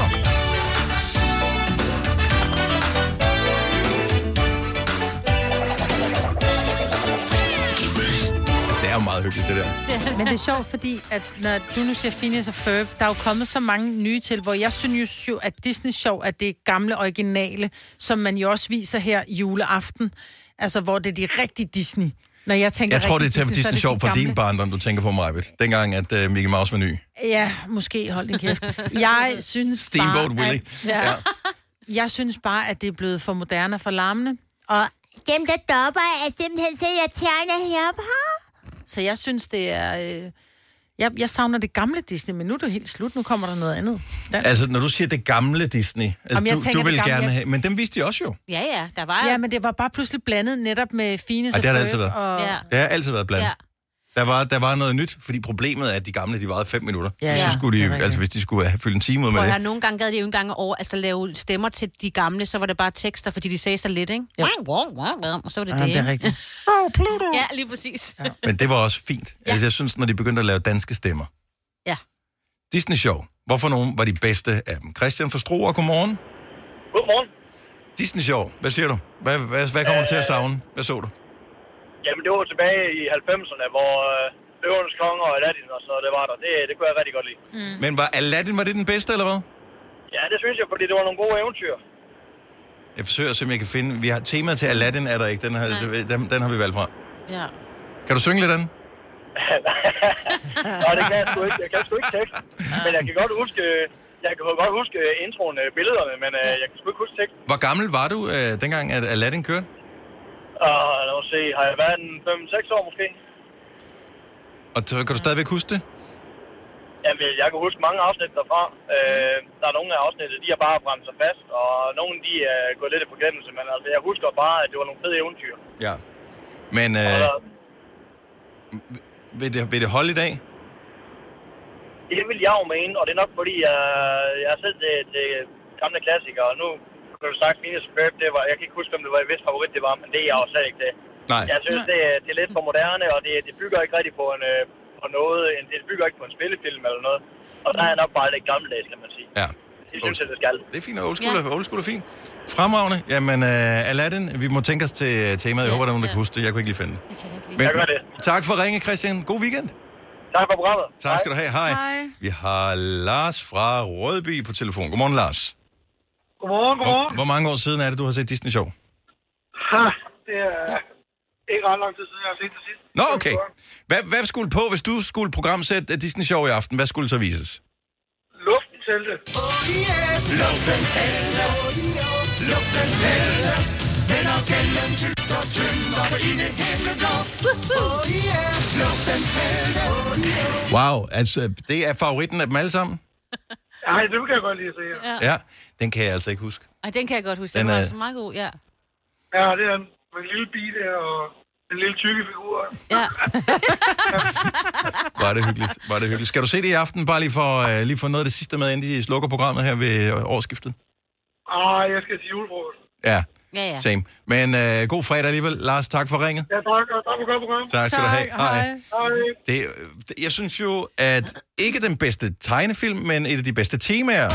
Det er jo meget hyggeligt, det der. Men det er sjovt, fordi at når du nu siger Phineas og Ferb, der er jo kommet så mange nye til, hvor jeg synes jo, at Disney-show er det gamle originale, som man jo også viser her juleaften. Altså, hvor det er de rigtige Disney. Når jeg tror, det er til Disney-show for din barndom, du tænker på mig, ved. Dengang, at Mickey Mouse var ny. Ja, måske, hold din kæft. Jeg synes Steamboat bare, Willie. Jeg synes bare, at det er blevet for moderne og for larmende. Og dem, der dopper, er simpelthen så irriterende herpå. Så jeg synes, det er... Jeg savner det gamle Disney, men nu er det helt slut. Nu kommer der noget andet. Altså, når du siger det gamle Disney, altså, du vil gerne have... Men dem viste de også jo. Ja, der var... Ja, men det var bare pludselig blandet netop med Phineas og det har Ferb. Det altid været. Og... Ja. Det har altid været blandet. Ja. Der var noget nyt, fordi problemet er, at de gamle, de varede 5 minutter. Ja, så skulle de, altså hvis de skulle have fyldt en time ud med det. Nogle gange gad de jo en gang over, altså lave stemmer til de gamle, så var det bare tekster, fordi de sagde så lidt, ikke? Ja. Og så var det det. Det er rigtigt. Pluto. Ja, lige præcis. Ja. Men det var også fint. Ja. Altså, jeg synes, når de begyndte at lave danske stemmer. Ja. Disney-show. Hvorfor nogen var de bedste af dem? Christian fra Struer, godmorgen. Godmorgen. Disney-show. Hvad siger du? Hvad kommer du til at savne? Hvad så du? Jamen, det var tilbage i 90'erne, hvor Løvernes Konge og Aladdin og så det var der. Det kunne jeg rigtig godt lide. Men var Aladdin, var det den bedste, eller hvad? Ja, det synes jeg, fordi det var nogle gode eventyr. Jeg forsøger at se, om jeg kan finde... Vi har temaet til Aladdin, er der ikke? Den har vi valgt fra. Ja. Kan du synge lidt af den? Nej, det kan jeg sgu ikke. Jeg kan sgu ikke teksten. Men jeg kan godt huske introen, billederne, men jeg kan sgu ikke huske teksten. Hvor gammel var du, dengang at Aladdin kørte? Lad os se. Har jeg været 5-6 år måske? Og kan du stadigvæk huske det? Jamen, jeg kan huske mange afsnit derfra. Der er nogle af afsnittet, de har bare brændt sig fast, og nogle de er gået lidt i forglemmelse, men altså, jeg husker bare, at det var nogle fede eventyr. Ja. Men vil det holde i dag? Det vil jeg jo mene, og det er nok fordi, jeg er selv det gamle klassikere, og nu kan du sagt, Phineas og Ferb, jeg kan ikke huske, om det var et vist favorit, det var, men det er jeg jo slet ikke det. Nej. Jeg synes, det er lidt for moderne, og det bygger ikke rigtig på noget, det bygger ikke på en spillefilm eller noget. Og der er nok bare lidt gammeldags, kan man sige. Ja. Det synes jeg, det skal. Det er fint, old school er fint. Fremragende. Jamen, Aladdin, vi må tænke os til temaet. Jeg håber, der er nogen, der kan huske det. Jeg kunne ikke lige finde det. Jeg gør det. Tak for ringe, Christian. God weekend. Tak for programmet. Tak skal du have. Hej. Vi har Lars fra Rødby på telefon. Godmorgen, Lars. Godmorgen. Hvor mange år siden er det, du har set Disney-show? Det er ikke ret lang tid siden, jeg har set det sidst. Nå, okay. Hvad skulle på, hvis du skulle programsætte Disney-show i aften? Hvad skulle så vises? Luftens helte. Luftens helte. Luftens helte. Vender gennem tygt og tyndt og på inde himmelblå. Luftens helte. Wow, altså, det er favoritten af dem alle sammen? Nej, det kan jeg godt lide at se. Ja, den kan jeg altså ikke huske. Ej, den kan jeg godt huske. Den var altså meget god, ja. Ja, det er en lille bil der, og en lille tykke figur. Ja. Var det hyggeligt. Skal du se det i aften, bare lige for noget af det sidste med, inden de slukker programmet her ved årsskiftet? Jeg skal til julefrokost. Ja. Same. Men god fredag alligevel. Lars, tak for ringet. Ja, tak. Tak for godt program. Tak skal du have. Hej. Jeg synes jo, at ikke den bedste tegnefilm, men et af de bedste temaer.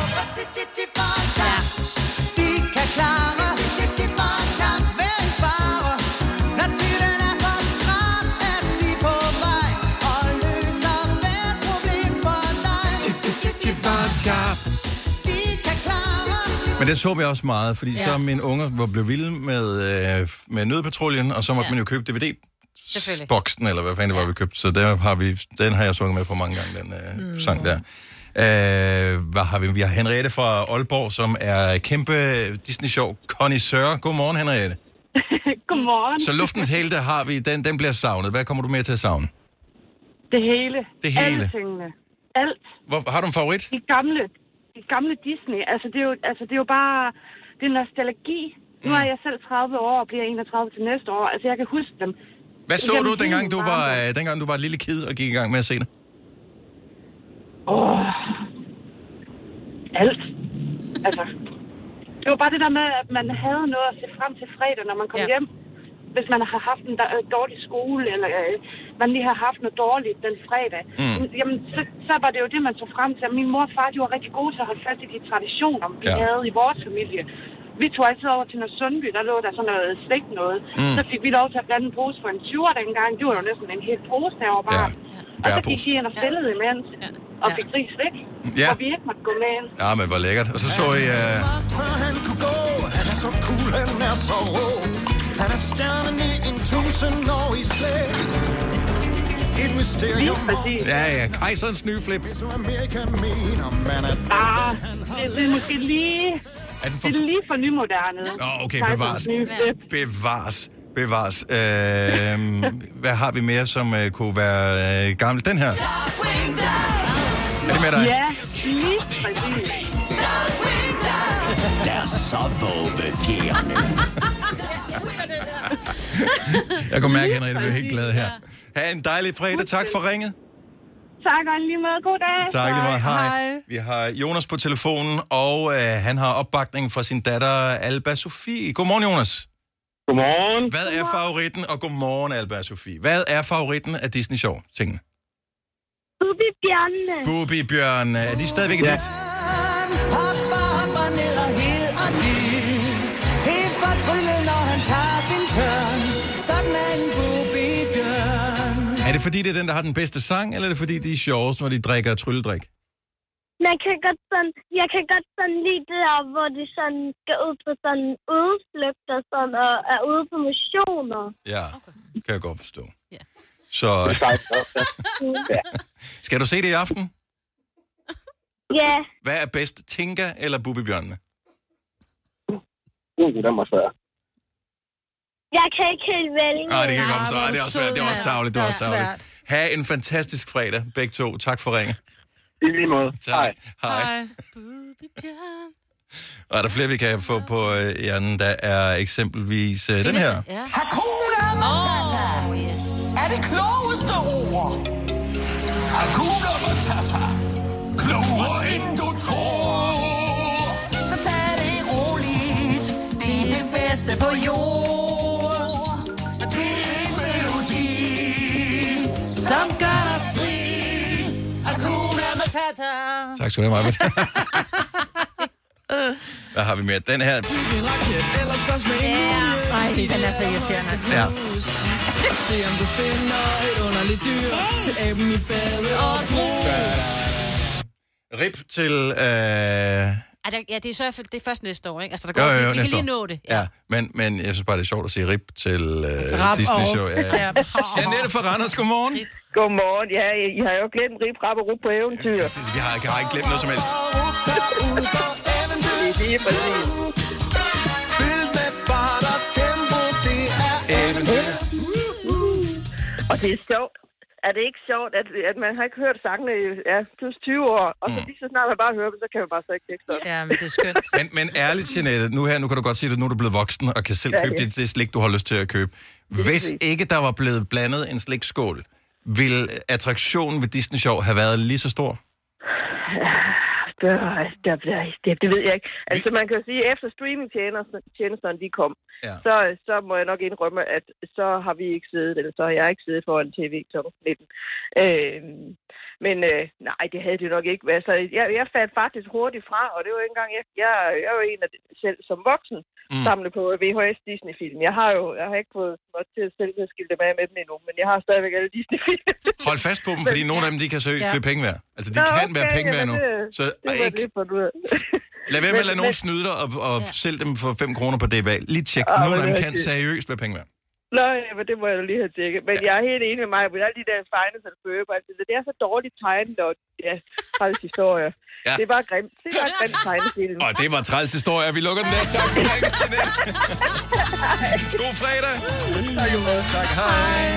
Men det så vi også meget, fordi så mine unger blev vilde med Nødpatruljen, og så måtte man jo købe DVD-boksen, eller hvad fanden det var, vi købte. Så den har jeg sunget med på mange gange, den sang der. Hvad har vi? Vi har Henriette fra Aalborg, som er kæmpe Disney-show connoisseur. Godmorgen, Henriette. Godmorgen. Så luftens helte har vi, den bliver savnet. Hvad kommer du mere til at savne? Det hele. Det hele? Alle tingene. Alt. Har du en favorit? De gamle Disney. Altså, det er jo bare... Det er nostalgi. Nu er jeg selv 30 år og bliver 31 til næste år. Altså, jeg kan huske dem. Hvad så du, dengang du var et lille kid og gik i gang med at se det? Alt. Altså, det var bare det der med, at man havde noget at se frem til fredag, når man kom hjem. Hvis man har haft en dårlig skole, eller man lige har haft noget dårligt den fredag, jamen, så var det jo det, man tog frem til. Min mor og far, de var rigtig gode til at holde fast i de traditioner, vi havde i vores familie. Vi tog altid over til noget Sundby, der lå der sådan noget slik noget. Så fik vi lov til at blande en pose for en 20'er dengang. Det var jo næsten en hel pose derovre bare. Og så gik de ind og spillede imens, og fik fri slik, og vi ikke måtte gå med ind. Ja, men hvor lækkert. Og så I... Han kunne gå, han er så cool, han er så rå. Han er stjernen i en 1000-årig slægt. Et mysterium. Ja, kejserens nye flip. Det er måske lige... Det er lige for nymoderne. Okay, bevares. Hvad har vi mere, som kunne være gammel? Den her. Er det med dig? Ja, lige præcis. Lad os så våge fjerne. Jeg kunne mærke, at Henriette blev helt glad her. Ha' en dejlig fredag. Tak for ringet. Tak, og lige måde. God dag. Tak lige meget. Hej. Vi har Jonas på telefonen, og han har opbakning fra sin datter Alba Sofie. Godmorgen, Jonas. Godmorgen. Hvad er favoritten, og godmorgen, Alba Sofie. Hvad er favoritten af Disney-show-tingene? Bubi-bjørnene. Bubi-bjørnene. Er de stadigvæk i det? Hopper ned og hed og dyb. Helt fortryllet, når han tager sin tørn. Sådan er en bubi-bjørn. Er det fordi, det er den, der har den bedste sang, eller er det fordi, de er sjovest, når de drikker trylledrik? Jeg kan godt sådan lide det der, hvor de sådan skal ud på sådan udflugt og sådan, og er ude på missioner. Ja, kan jeg godt forstå. Så skal du se det i aften? Ja. Hvad er bedst, Tinka eller Bubi-bjørnene? Den var svær. Jeg kan ikke helt vælge. Nej, det kan jeg godt forstå. Det er også svært. Det er også tarveligt. Ha' en fantastisk fredag, begge to. Tak for ringen. I lige måde. Tak. Hej. Og er der flere, vi kan få på hjernen? Der er eksempelvis den her. Hakuna Matata. Er det klogeste ord. Hakuna Matata. Klogere end du tror. Så tag det roligt. Det er det bedste på jord. Det er en melodi, som gør dig fri. Hakuna Matata. Tak skal du have, Maja. Hvad har vi mere? Den her. Ej, den er så irriterende. Ja. Se om du finder et underligt dyr til aben i badet og brug. Rip til... Ja, det er så det er først næste år, ikke? Altså, der Jo, går, vi kan næste lige år. nå det. Ja, men jeg synes bare, det er sjovt at sige rip til Disney-show. Ja. Jeanette fra Randers, godmorgen. Godmorgen. Ja, I har jo glemt rip, rap og rup på eventyr. Vi har ikke glemt noget som helst. Lige præcis. Fyld med fart og tempo, det er eventyr. Og det er sjovt. Er det ikke sjovt, at man har ikke hørt sangene i plus 20 år, og så lige så snart man bare hører dem, så kan man bare så ikke tekste op. Ja, men det er skønt. Men ærligt, Jeanette, nu kan du godt sige, at nu er du blevet voksen, og kan selv købe det slik, du har lyst til at købe. Hvis ikke der var blevet blandet en slikskål, ville attraktionen ved Disney Show have været lige så stor? Det ved jeg ikke. Altså, man kan jo sige, at efter streamingtjenesterne de kom, så må jeg nok indrømme, at så har vi ikke siddet, eller så har jeg ikke siddet foran tv kl. 19. Men nej, det havde det nok ikke været. Så jeg faldt faktisk hurtigt fra, og det var ikke engang... Jeg er jo en af selv som voksen samle på VHS Disney-film. Jeg har ikke fået mig til at selv skilte med dem endnu, men jeg har stadigvæk alle Disney-film. Hold fast på dem, fordi nogle af dem, de kan seriøst blive penge værd. Altså, de kan være penge værd nu. Så lad være med at lade nogen snyde dig og sælge dem for 5 kroner på DBA. Lige tjek. Nogle af dem kan seriøst være penge værd. Nej, men det må jeg da lige have tjekket. Men jeg er helt enig med mig, at alle de der Finance and Ferb, det er så dårligt tegnet, og Ja, træls historie. Ja. Det var grimt. Det var grimt tegnefilm. Og det var træls historie. Vi lukker den der. Tak for ringen, Jeanette. God fredag. Tak, hej.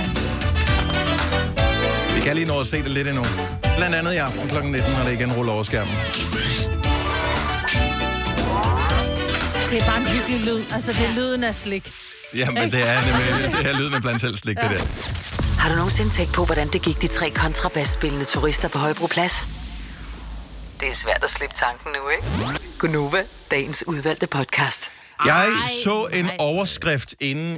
Vi kan lige nå at se det lidt endnu. Blandt andet i aften kl. 19, når det igen ruller over skærmen. Det er bare en hyggelig lyd. Altså, det er lyden af slik. Jamen, det er nemlig det her lyd med blandt selv slik, det der. Har du nogensinde tænkt på, hvordan det gik de 3 kontrabasspillende turister på Højbroplads? Det er svært at slippe tanken nu, ikke? Gunova, dagens udvalgte podcast. Jeg så en overskrift inde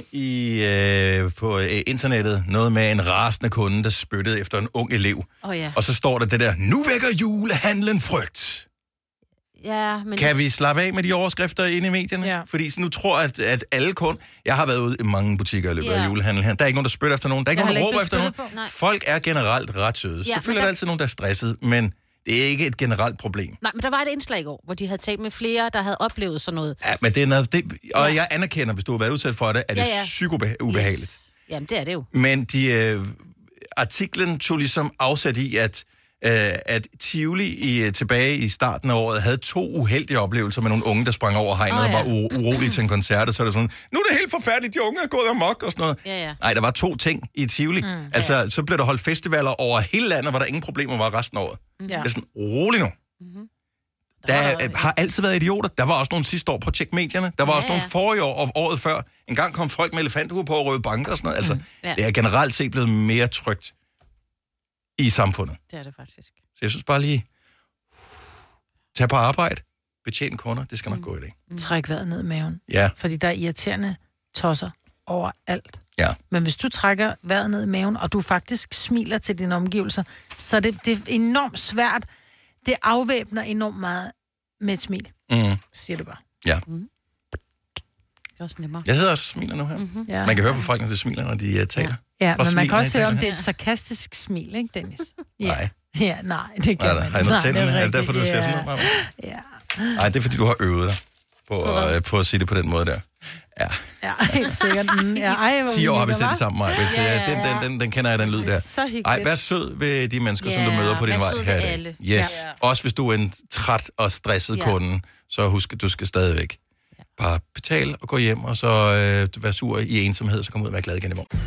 på internettet. Noget med en rasende kunde, der spyttede efter en ung elev. Ja. Og så står der det der, nu vækker julehandlen frygt. Ja, men... Kan vi slappe af med de overskrifter inde i medierne? Ja. Fordi så nu tror jeg, at alle kunder... Jeg har været ude i mange butikker i løbet af julehandlen her. Der er ikke nogen, der spytter efter nogen. Der er ikke nogen, der råber efter nogen. Folk er generelt ret søde. Ja, selvfølgelig er der altid nogen, der er stresset, men det er ikke et generelt problem. Nej, men der var et indslag i går, hvor de havde talt med flere, der havde oplevet sådan noget. Ja, men det er noget... Og jeg anerkender, hvis du har været udsat for det, at det er psykoubehageligt. Yes. Jamen, det er det jo. Men artiklen tog ligesom afsat i, at Tivoli tilbage i starten af året havde 2 uheldige oplevelser med nogle unge, der sprang over hegnet og var urolige til en koncert, og så er det sådan, nu er det helt forfærdeligt, de unge er gået amok og sådan noget. Ja. Nej, der var 2 ting i Tivoli. Så blev der holdt festivaler over hele landet, hvor der ingen problemer var resten af året. Det er sådan, rolig nu. Der har altid været idioter. Der var også nogle sidste år på Tjek Medierne. Der var også nogle forrige år og året før. En gang kom folk med elefanthuer på og røde banker og sådan noget. Altså, det er generelt set blevet mere trygt i samfundet. Det er det faktisk. Så jeg synes bare lige, tag på arbejde, betjene kunder, det skal nok gå i dag. Træk vejret ned i maven. Ja. Fordi der er irriterende tosser overalt. Ja. Men hvis du trækker vejret ned i maven, og du faktisk smiler til dine omgivelser, så det er enormt svært. Det afvæbner enormt meget med et smil. Siger du bare. Ja. Det er også nemmere. Jeg sidder også og smiler nu her. Ja. Man kan høre på folk, når de smiler, når de taler. Ja, men man kan også høre, om det er et sarkastisk smil, ikke, Dennis? Nej. Ja, nej, det kan man. Har jeg noget tændende? Er det derfor, du ser sådan noget? Ja. Nej, det er, fordi du har øvet dig på at sige det på den måde der. Ja, helt sikkert. 10 år har vi set sammen, Maja. Den kender jeg, den lyd der. Så hyggeligt. Ej, vær sød ved de mennesker, som du møder på din vej her i dag. Yes. Ja. Også hvis du er en træt og stresset kunde, så husk, at du skal stadigvæk bare betale og gå hjem, og så være sur i ensomhed, så kom ud og være glad igen i morgen.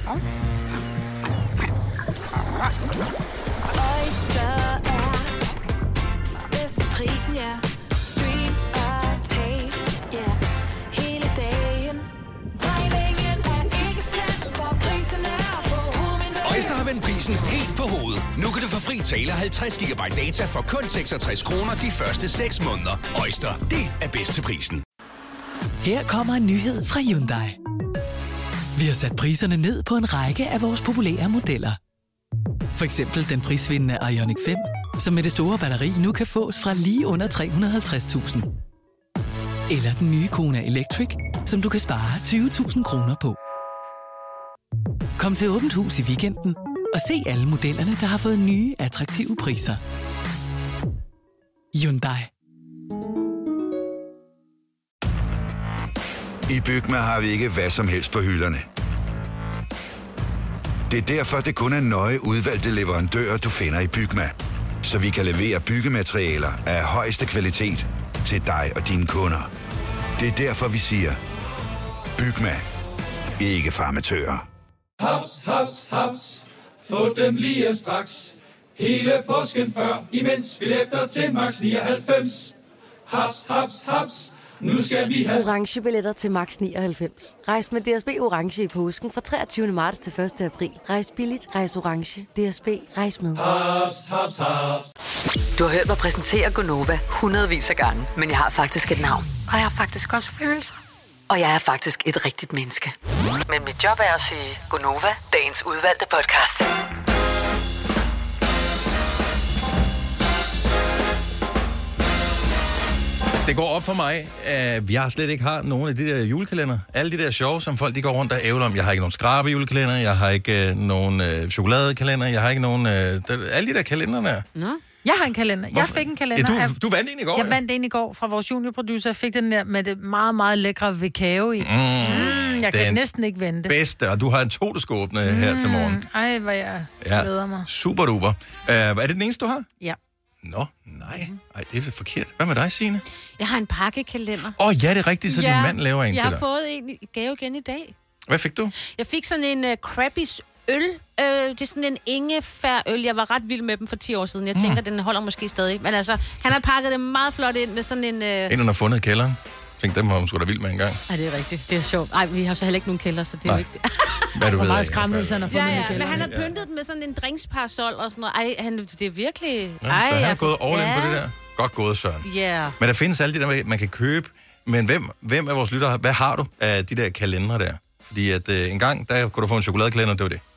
Øjster har vendt prisen helt på hovedet. Nu kan du få fri tale 50 GB data for kun 66 kroner de første 6 måneder. Øjster, det er bedst til prisen. Her kommer en nyhed fra Hyundai. Vi har sat priserne ned på en række af vores populære modeller. For eksempel den prisvindende Ioniq 5, som med det store batteri nu kan fås fra lige under 350.000. Eller den nye Kona Electric, som du kan spare 20.000 kroner på. Kom til Åbent Hus i weekenden og se alle modellerne, der har fået nye, attraktive priser. Hyundai. I Bygma har vi ikke hvad som helst på hylderne. Det er derfor, det kun er nøje udvalgte leverandører, du finder i Bygma. Så vi kan levere byggematerialer af højeste kvalitet til dig og dine kunder. Det er derfor, vi siger, Bygma. Ikke for amatører. Haps, haps, haps. Få dem lige straks. Hele påsken før, imens billetter til max 99. Haps, haps, haps. Nu skal vi have orange billetter til max 99. Rejs med DSB orange i påsken fra 23. marts til 1. april. Rejs billigt, rejs orange. DSB, rejs med. Haps, haps, haps. Du har hørt mig præsentere Gunova hundredvis af gange, men jeg har faktisk et navn. Og jeg har faktisk også følelser. Og jeg er faktisk et rigtigt menneske. Men mit job er at sige Gunova, dagens udvalgte podcast. Det går op for mig, at jeg slet ikke har nogen af de der julekalender. Alle de der show, som folk de går rundt og ævler om. Jeg har ikke nogen skrabe julekalender, jeg har ikke nogen chokoladekalender, jeg har ikke nogen... alle de der kalender der. Nå. Jeg har en kalender. Jeg fik en kalender. Ja, du vandt en i går. Jeg vandt en i går fra vores juniorproducer. Jeg fik den der med det meget, meget lækre vikao i. Jeg kan næsten ikke vente. Bedste, og du har en 2, du skal åbne her til morgen. Ej, hvor jeg glæder mig. Super duper. Er det den eneste, du har? Ja. Nå, nej. Ej, det er forkert. Hvad med dig, Signe? Jeg har en pakkekalender. Ja, det er rigtigt, så din mand laver en til dig. Jeg har fået en gave igen i dag. Hvad fik du? Jeg fik sådan en Krabby's øl. Det er sådan en ingefærøl. Jeg var ret vild med dem for 10 år siden. Jeg tænker, den holder måske stadig. Men altså, han har pakket dem meget flot ind med sådan en... En, har fundet i kælderen. Tænkte, dem har hun sgu da vild med en gang. Ej, det er rigtigt. Det er sjovt. Ej, vi har så heller ikke nogen kælder, så det er vigtigt. Hvad du ved, meget skræmmende, han har fundet i kælderen. Men han har pyntet med sådan en drinksparasol og sådan noget. Ej, det er virkelig... Ja, så han har gået all in på det der. Godt gået, Søren. Yeah. Men der findes alle de der, man kan købe. Men hvem af vores lyttere, hvad har du af de der kalendere der? Fordi at en gang, der kunne du få en chokoladekalender, det var det.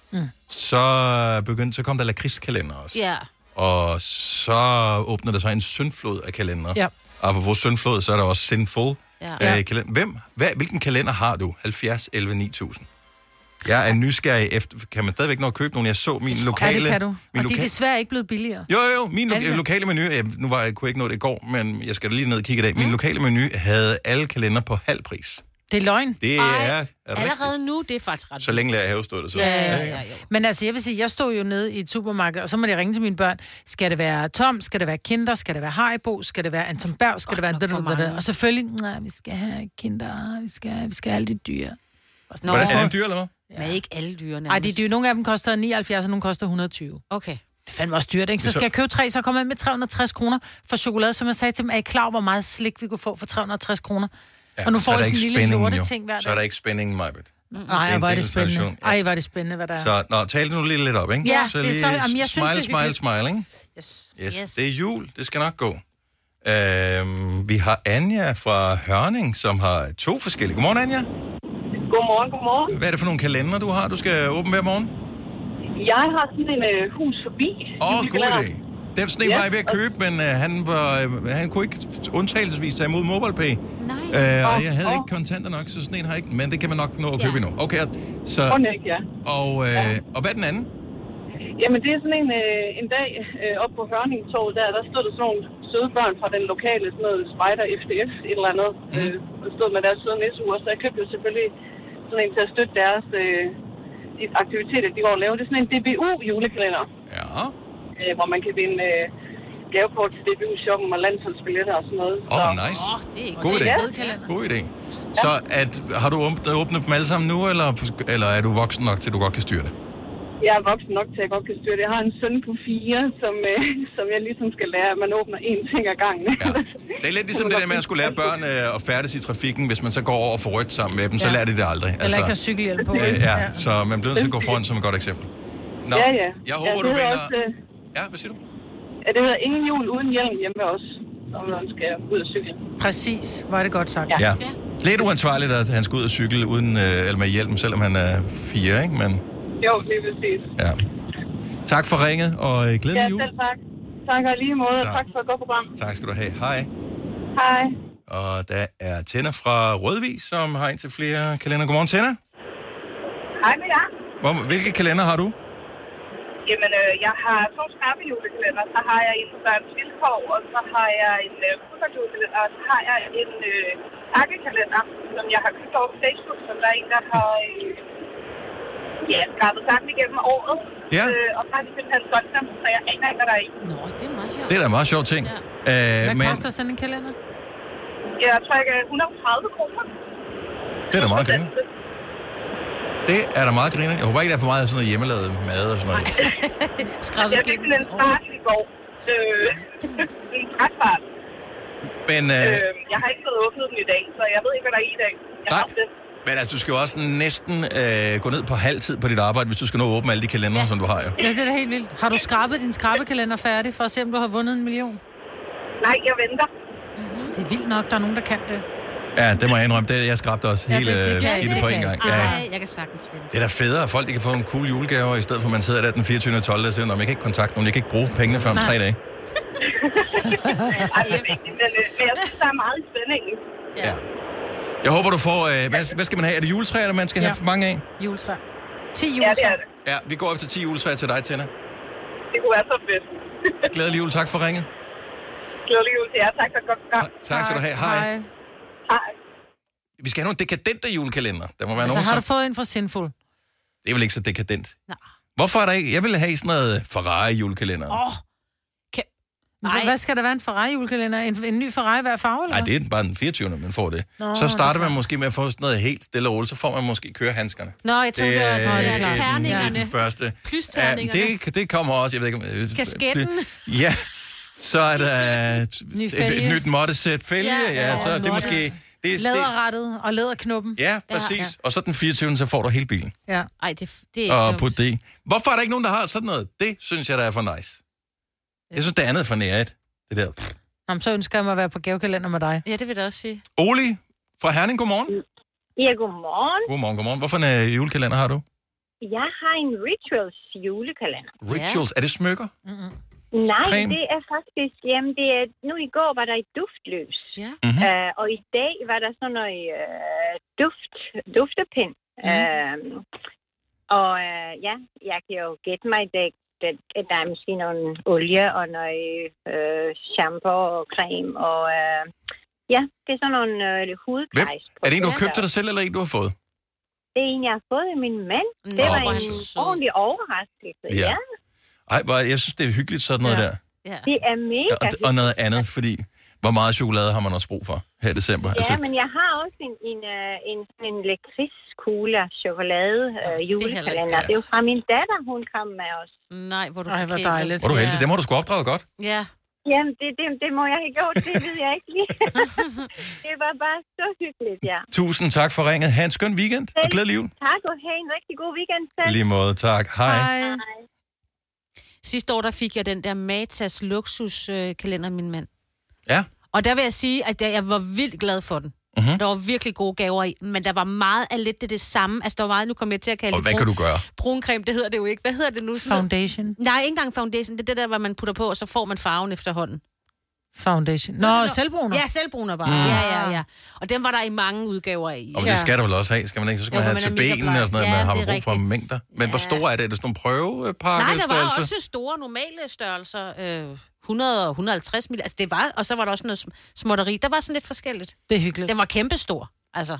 Så kom der lakridskalender også. Ja. Og så åbnede der så en syndflod af kalendere. Ja. Og på vores syndflod, så er der også Sinful. Ja. Hvilken kalender har du? 70, 11, 9000. Jeg er nysgerrig efter... Kan man stadigvæk nå at købe nogen? Jeg så min lokale... Ja, det kan du. Og de er desværre ikke blevet billigere. Jo. Min lokale menu... Nu kunne jeg ikke nå det i går, men jeg skal da lige ned og kigge i dag. Min lokale menu havde alle kalender på halv pris. Det er løgn. Det er allerede nu, det er faktisk ret. Så længe lader jeg havestået det så. Ja. Men altså, jeg vil sige, jeg stod jo nede i et supermarked, og så må jeg ringe til mine børn. Skal det være Tom? Skal det være Kinder? Skal det være Haribo? Skal det være Anton Berg? Skal det være... Og selvfølgelig, vi skal have Kinder. Vi skal have alle de dyre. Hvordan er det dyr, eller hvad? Men ikke alle dyrene. Nej, de dyre. Nogle af dem koster 79, og nogle koster 120. Okay. Det er fandme også dyrt, ikke? Så skal jeg købe 3, så kommer jeg med 360 kroner for chokolade, som jeg sagde til dem. Er I klar over, hvor meget slik vi kunne få for 360 kroner? Ja, og nu får jeg sådan en lille lorteting ting hver dag. Så er der ikke spænding, Majbet. Nej, hvor er det spændende. Ej, hvor er det spændende, hvad der er. Så, tal det nu lidt op, ikke? Ja, så det er så... Jamen, jeg synes, det er smile, ikke? Yes. Det er jul. Det skal nok gå. Vi har Anja fra Hørning, som har 2 forskellige. Godmorgen, Anja. Godmorgen. Hvad er det for nogle kalender, du har, du skal åbne hver morgen? Jeg har sådan en hus forbi. God idé. Den sådan en var jeg ved at købe, men han kunne ikke undtagelsesvis tage imod MobilePay. Nej. Og jeg havde ikke kontanter nok, så sådan en har ikke... Men det kan man nok nå at købe endnu. Okay, så... Og hvad er den anden? Jamen, det er sådan en dag oppe på Hørning-torvet der stod der sådan nogle søde børn fra den lokale, sådan noget spejder FDF, et eller andet. Der stod med deres søde nisseure, så jeg købte jo selvfølgelig sådan en til at støtte deres de aktiviteter, de går og lave. Det er sådan en DBU-julekalender. Ja. Hvor man kan vinde gavekort til DBU-shoppen og landsholdsbilletter og sådan noget. Nice. Det er god idé. God idé. Så har du åbnet dem alle sammen nu, eller er du voksen nok til, at du godt kan styre det? Jeg er voksen nok til, at jeg godt kan styre det. Jeg har en søn på 4, som jeg ligesom skal lære, at man åbner én ting ad gangen. Ja. Det er lidt ligesom det der med at skulle lære børn at færdes i trafikken. Hvis man så går over for rødt sammen med dem, så lærer de det aldrig. Eller ikke har cykelhjelm på. Så man bliver nødt til at gå foran som et godt eksempel. Nå, jeg håber, du vinder... Ja, hvad siger du? Ja, det hedder ingen jul uden hjelm hjemme ved os, når man skal ud og cykle. Præcis, hvor er det godt sagt. Ja. Lidt uansvarligt, at han skal ud og cykle uden, eller med hjelm, selvom han er 4, ikke? Men... Jo, det er præcis. Ja. Tak for ringet, og glædelig jul. Ja, selv tak. Tak og lige måde, og tak for et godt program. Tak skal du have. Hej. Hej. Og der er Tænder fra Rødvig, som har indtil flere kalender. Godmorgen, Tænder. Hej med jer. Hvilke kalender har du? Jamen, jeg har 2 skarpe-julekalender. Så har jeg en for Børns Vilkår, og så har jeg en fodboldjulekalender, og så har jeg en pakkekalender, som jeg har købt over på Facebook, som der er en, der har... skrabet sammen igennem året. Ja. Og så har de simpelthen solgt dem, så jeg aner ikke, hvad der er i. Nå, det er meget sjovt. Det er da en meget sjov ting. Ja. Hvad koster sådan en kalender? Jeg tror, jeg 130 kroner. Det er da meget griner. Det er da meget griner. Jeg håber ikke, der er for meget sådan noget hjemmelavet mad og sådan noget. Jeg fik en start i går. En trætfart. Men... jeg har ikke fået åbnet den i dag, så jeg ved ikke, hvad der er i dag. Men altså, du skal jo også næsten gå ned på halv tid på dit arbejde, hvis du skal nå at åbne alle de kalendere, som du har jo. Ja, det er da helt vildt. Har du skrabet din skrabekalender færdig, for at se, om du har vundet 1 million? Nej, jeg venter. Det er vildt nok, der er nogen, der kan det. Ja, det må jeg indrømme. Jeg skrabte også hele skidtet på en gang. Ja. Jeg kan sagtens finde det er da federe, at folk de kan få en cool julegave, i stedet for at man sidder der den 24. 12. og siger, jeg kan ikke kontakte nogen, jeg kan ikke bruge pengene før om 3 dage. Men jeg synes, der er meget i spændingen. Ja. Jeg håber, du får... hvad skal man have? Er det juletræer, der man skal have for mange af? Juletræer. 10 juletræer. Ja, det er det. Ja, vi går efter 10 juletræer til dig, Tænder. Det kunne være så fedt. Glædelig jul. Tak for ringet. Glædelig jul til jer. Tak for et godt program. Tak skal du have. Hej. Hej. Vi skal have nogle dekadente julekalender. Der må være Så nogen, har du fået en for Sinful? Det er vel ikke så dekadent? Nej. Hvorfor er der ikke... Jeg vil have sådan noget Ferrari-julekalender. Hvad skal der være en Ferrari-julekalender? En ny Ferrari hver farve, eller? Nej, det er bare den 24. man får det. Så starter man måske med at få sådan noget helt stille og roligt, så får man måske kørehandskerne. Nå, jeg tror, det er terningerne. Den første. Plysterningerne. Ja, det kommer også, jeg ved ikke om... Kasketten. Ja, så er der et nyt måttesæt fælge. Ja, så det er måske... Læderrettet og læderknuppen. Ja, præcis. Ja. Og så den 24. så får du hele bilen. Ja. Ej, det er og putte det i. Hvorfor er der ikke nogen, der har sådan noget? Det synes jeg, der er for nice. Jeg synes, det andet er for næret. Det der. Jamen, så ønsker jeg mig at være på gavekalender med dig. Ja, det vil jeg også sige. Oli fra Herning, godmorgen. Ja, godmorgen. Godmorgen. Hvorfor en julekalender har du? Jeg har en Rituals julekalender. Rituals? Er det smykker? Nej, Creme? det er faktisk... Jamen, det er, nu i går var der et duftløs. Ja. Og i dag var der sådan noget duftepind. Jeg kan jo gætte mig i dag, at der er måske nogle olie og noget shampoo og creme. Og det er sådan nogle hudplejs. Er det en, du har købt til dig selv, eller en, du har fået? Det er en, jeg har fået af min mand. Det var en ordentlig overraskelse. Ja. Ej, jeg synes, det er hyggeligt sådan noget der. Ja. Det er mega hyggeligt. Og noget andet, fordi hvor meget chokolade har man også brug for her i december? Ja, men jeg har også en lakridskugle chokolade julekalender. Det er jo fra min datter, hun kom med os. Nej, hvor du hvor dejligt. Hvor du heldig. Det må du sgu opdrage godt. Ja. Jamen, det må jeg have gjort. Det ved jeg ikke lige. Det var bare så hyggeligt, ja. Tusind tak for ringet. Ha' en skøn weekend og glædelig jul. Tak, og have en rigtig god weekend selv. Lige måde, tak. Hej. Sidste år, der fik jeg den der Matas luksuskalender af min mand. Ja. Og der vil jeg sige, at jeg var vildt glad for den. Der var virkelig gode gaver i, men der var meget af lidt det samme. Altså, der var meget, nu kommer jeg til at kalde og det hvad kan du gøre? Bruncreme, det hedder det jo ikke. Hvad hedder det nu? Foundation. Nej, ikke engang foundation. Det er det der, hvor man putter på, og så får man farven efterhånden. Foundation. Selvbruner. Ja, selvbruner bare. Ja. Og den var der i mange udgaver i. Og det skal der vel også have, skal man ikke? Så skal man have til benene og sådan noget, man har brug for mængder. Men hvor store er det? Er det sådan nogle prøvepakke? Nej, der var også store, normale størrelser. 100 og 150 ml. Altså, det var, og så var der også noget småtteri. Der var sådan lidt forskelligt. Det er hyggeligt. Den var kæmpestor, altså.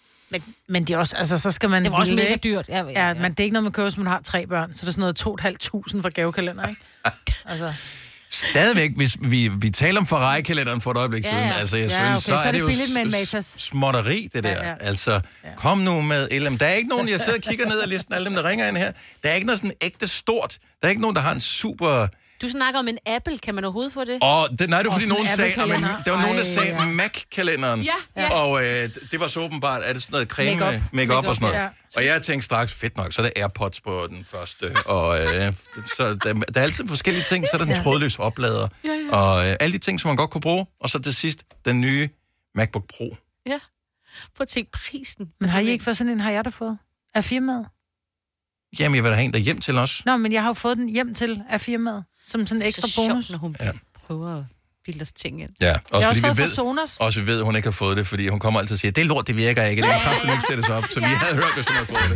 Men det er også, altså, så skal man... Det var også mega dyrt. Ja, men det er ikke noget, man køber, hvis man har 3 børn. Så det er sådan noget 2.500 for gavekalender, ikke? Altså... Stadigvæk, hvis vi taler om Ferrari-kalenderen for et øjeblik siden, altså jeg synes, så er det jo småtteri, det der. Ja. Altså, kom nu med LM. Der er ikke nogen, jeg sidder og kigger ned ad listen, alle dem, der ringer ind her. Der er ikke noget sådan ægte stort. Der er ikke nogen, der har en super... Du snakker om en Apple, kan man overhovedet få det? Nej, det var fordi nogen sagde, der var nogen, der sagde Mac-kalenderen. Ja. Og det var så åbenbart, at det sådan noget creme, make-up og sådan noget. Ja. Og jeg tænkte straks, fedt nok, så er der AirPods på den første. Og så der er altid forskellige ting, så er der den trådløse oplader. Og alle de ting, som man godt kunne bruge. Og så til sidst, den nye MacBook Pro. Ja, prøv at tænke prisen. Men har I ikke fået sådan en, har jeg da fået? Af firmaet? Jamen, jeg vil da have en der hjem til os. Nå, men jeg har jo fået den hjem til af firmaet. Som sådan en ekstra bonus. Sjovt, når hun prøver at bilde os ting ind. Ja, også fordi vi ved, at hun ikke har fået det, fordi hun kommer altid og siger, det er lort, det virker ikke, det kan kraftigt ikke sættes op. Så vi havde hørt, hvis hun havde fået det.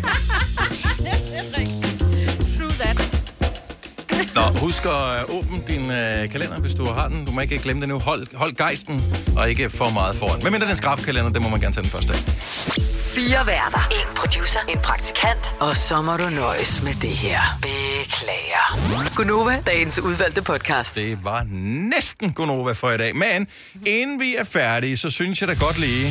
Nå, husk at åbne din kalender, hvis du har den. Du må ikke glemme det nu. Hold gejsten, og ikke for meget foran. Men mindre den skrabkalender, det må man gerne tage den første af. 4 værter, 1 producer, 1 praktikant, og så må du nøjes med det her. Beklager. Gunova, dagens udvalgte podcast. Det var næsten Gunova for i dag. Men inden vi er færdige, så synes jeg da godt lige,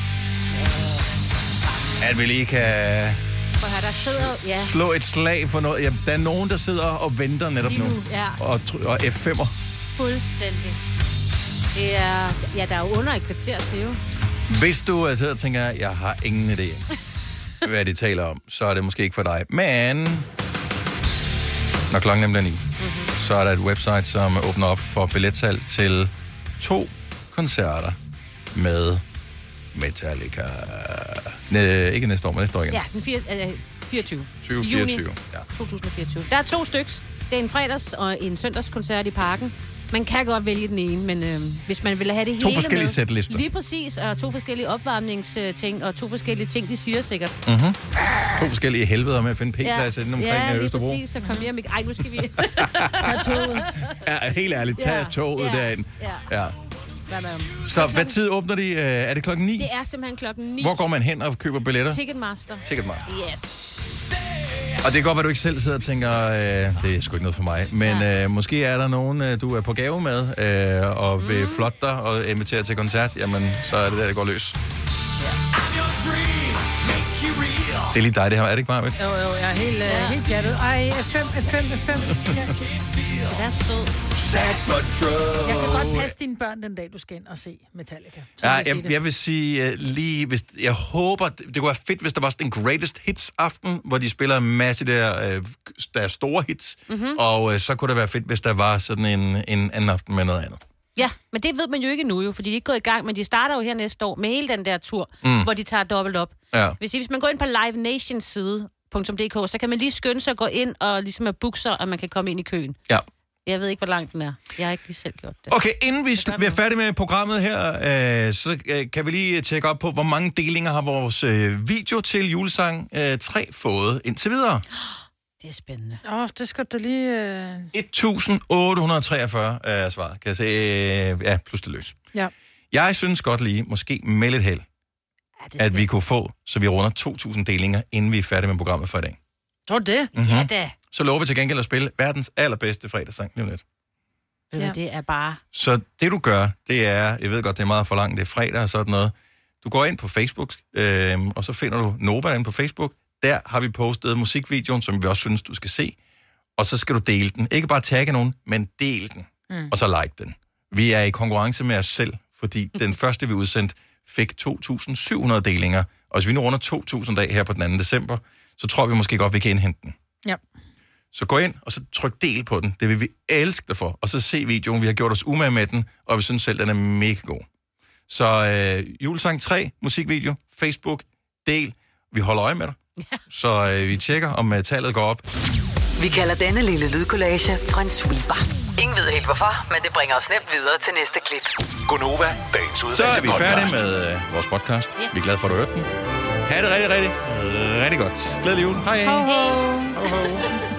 at vi lige kan slå et slag for noget. Ja, der er nogen, der sidder og venter netop nu. Og F5'er. Fuldstændig. Det er, der er jo under et kvarter til jo. Hvis du sidder og tænker, jeg har ingen idé, hvad de taler om, så er det måske ikke for dig. Men når klokken nemlig er 9, så er der et website, som åbner op for billetsalg til 2 koncerter med Metallica. Ikke næste år, men næste år igen. Ja, den 24. 2024. Ja. 2024. Der er 2 styks. Det er en fredags- og en søndagskoncert i Parken. Man kan godt vælge den ene, men hvis man vil have det 2 hele forskellige med, sætlister. Lige præcis, og 2 forskellige opvarmningsting, og 2 forskellige ting, de siger sikkert. 2 forskellige helveder med at finde p-pladser inden omkring Østerbro. Ja, lige præcis, så kom hjem. Ej, nu skal vi tage toget. Ja, helt ærligt, tag toget derind. Ja. Så hvad tid åbner de? Er det klokken 9? Det er simpelthen klokken 9. Hvor går man hen og køber billetter? Ticketmaster. Ticketmaster. Yes. Og det er godt, at du ikke selv sidder og tænker, det er sgu ikke noget for mig. Men måske er der nogen, du er på gave med, og vil flotte dig og invitere til koncert. Jamen, så er det der, det går løs. Det er lige dig, det her. Er det ikke bare, Jo, jeg er helt gattet. Ej, F5. Det er sød. Jeg kan godt passe dine børn den dag, du skal ind og se Metallica. Jeg vil sige lige, hvis jeg håber, det kunne være fedt, hvis der var sådan en greatest hits aften, hvor de spiller en masse der er store hits, og så kunne det være fedt, hvis der var sådan en anden aften med noget andet. Ja, men det ved man jo ikke nu jo, fordi de er ikke gået i gang, men de starter jo her næste år med hele den der tur, hvor de tager dobbelt op. Ja. Hvis man går ind på Live Nations side.dk, så kan man lige skynde sig at gå ind og ligesom at booke sig, og man kan komme ind i køen. Ja. Jeg ved ikke, hvor langt den er. Jeg har ikke lige selv gjort det. Okay, inden vi bliver færdige med programmet her, så kan vi lige tjekke op på, hvor mange delinger har vores video til julesang 3 fået indtil videre. Det er spændende. Det skal du lige... 1843 er svaret, kan jeg se. Plus det løs. Ja. Jeg synes godt lige, måske med lidt held, at vi kunne få, så vi runder 2.000 delinger, inden vi er færdige med programmet for i dag. Tror du det? Mm-hmm. Ja da. Så lover vi til gengæld at spille verdens allerbedste fredagssang lige lidt. Det er bare... Så det du gør, det er, jeg ved godt, det er meget for langt, det er fredag og sådan noget. Du går ind på Facebook, og så finder du Nova inde på Facebook. Der har vi postet musikvideoen, som vi også synes, du skal se. Og så skal du dele den. Ikke bare tagge nogen, men del den. Og så like den. Vi er i konkurrence med os selv, fordi den første, vi udsendte, fik 2.700 delinger. Og hvis vi nu runder 2.000 dage her på den 2. december, så tror vi måske godt, vi kan indhente den. Ja. Så gå ind, og så tryk del på den. Det vil vi elske dig for. Og så se videoen. Vi har gjort os umage med den, og vi synes selv, den er mega god. Så julesang 3, musikvideo, Facebook, del. Vi holder øje med dig. Så vi tjekker, om tallet går op. Vi kalder denne lille lydkollage en sweeper. Ingen ved helt hvorfor, men det bringer os nemt videre til næste klip. Gonova, dagens udvalgte Så er vi færdige podcast. med vores podcast. Vi er glade for, at du hørte den. Ha' det rigtig, rigtig, rigtig godt. Glædelig jul. Hej. Ho, ho. Ho, ho.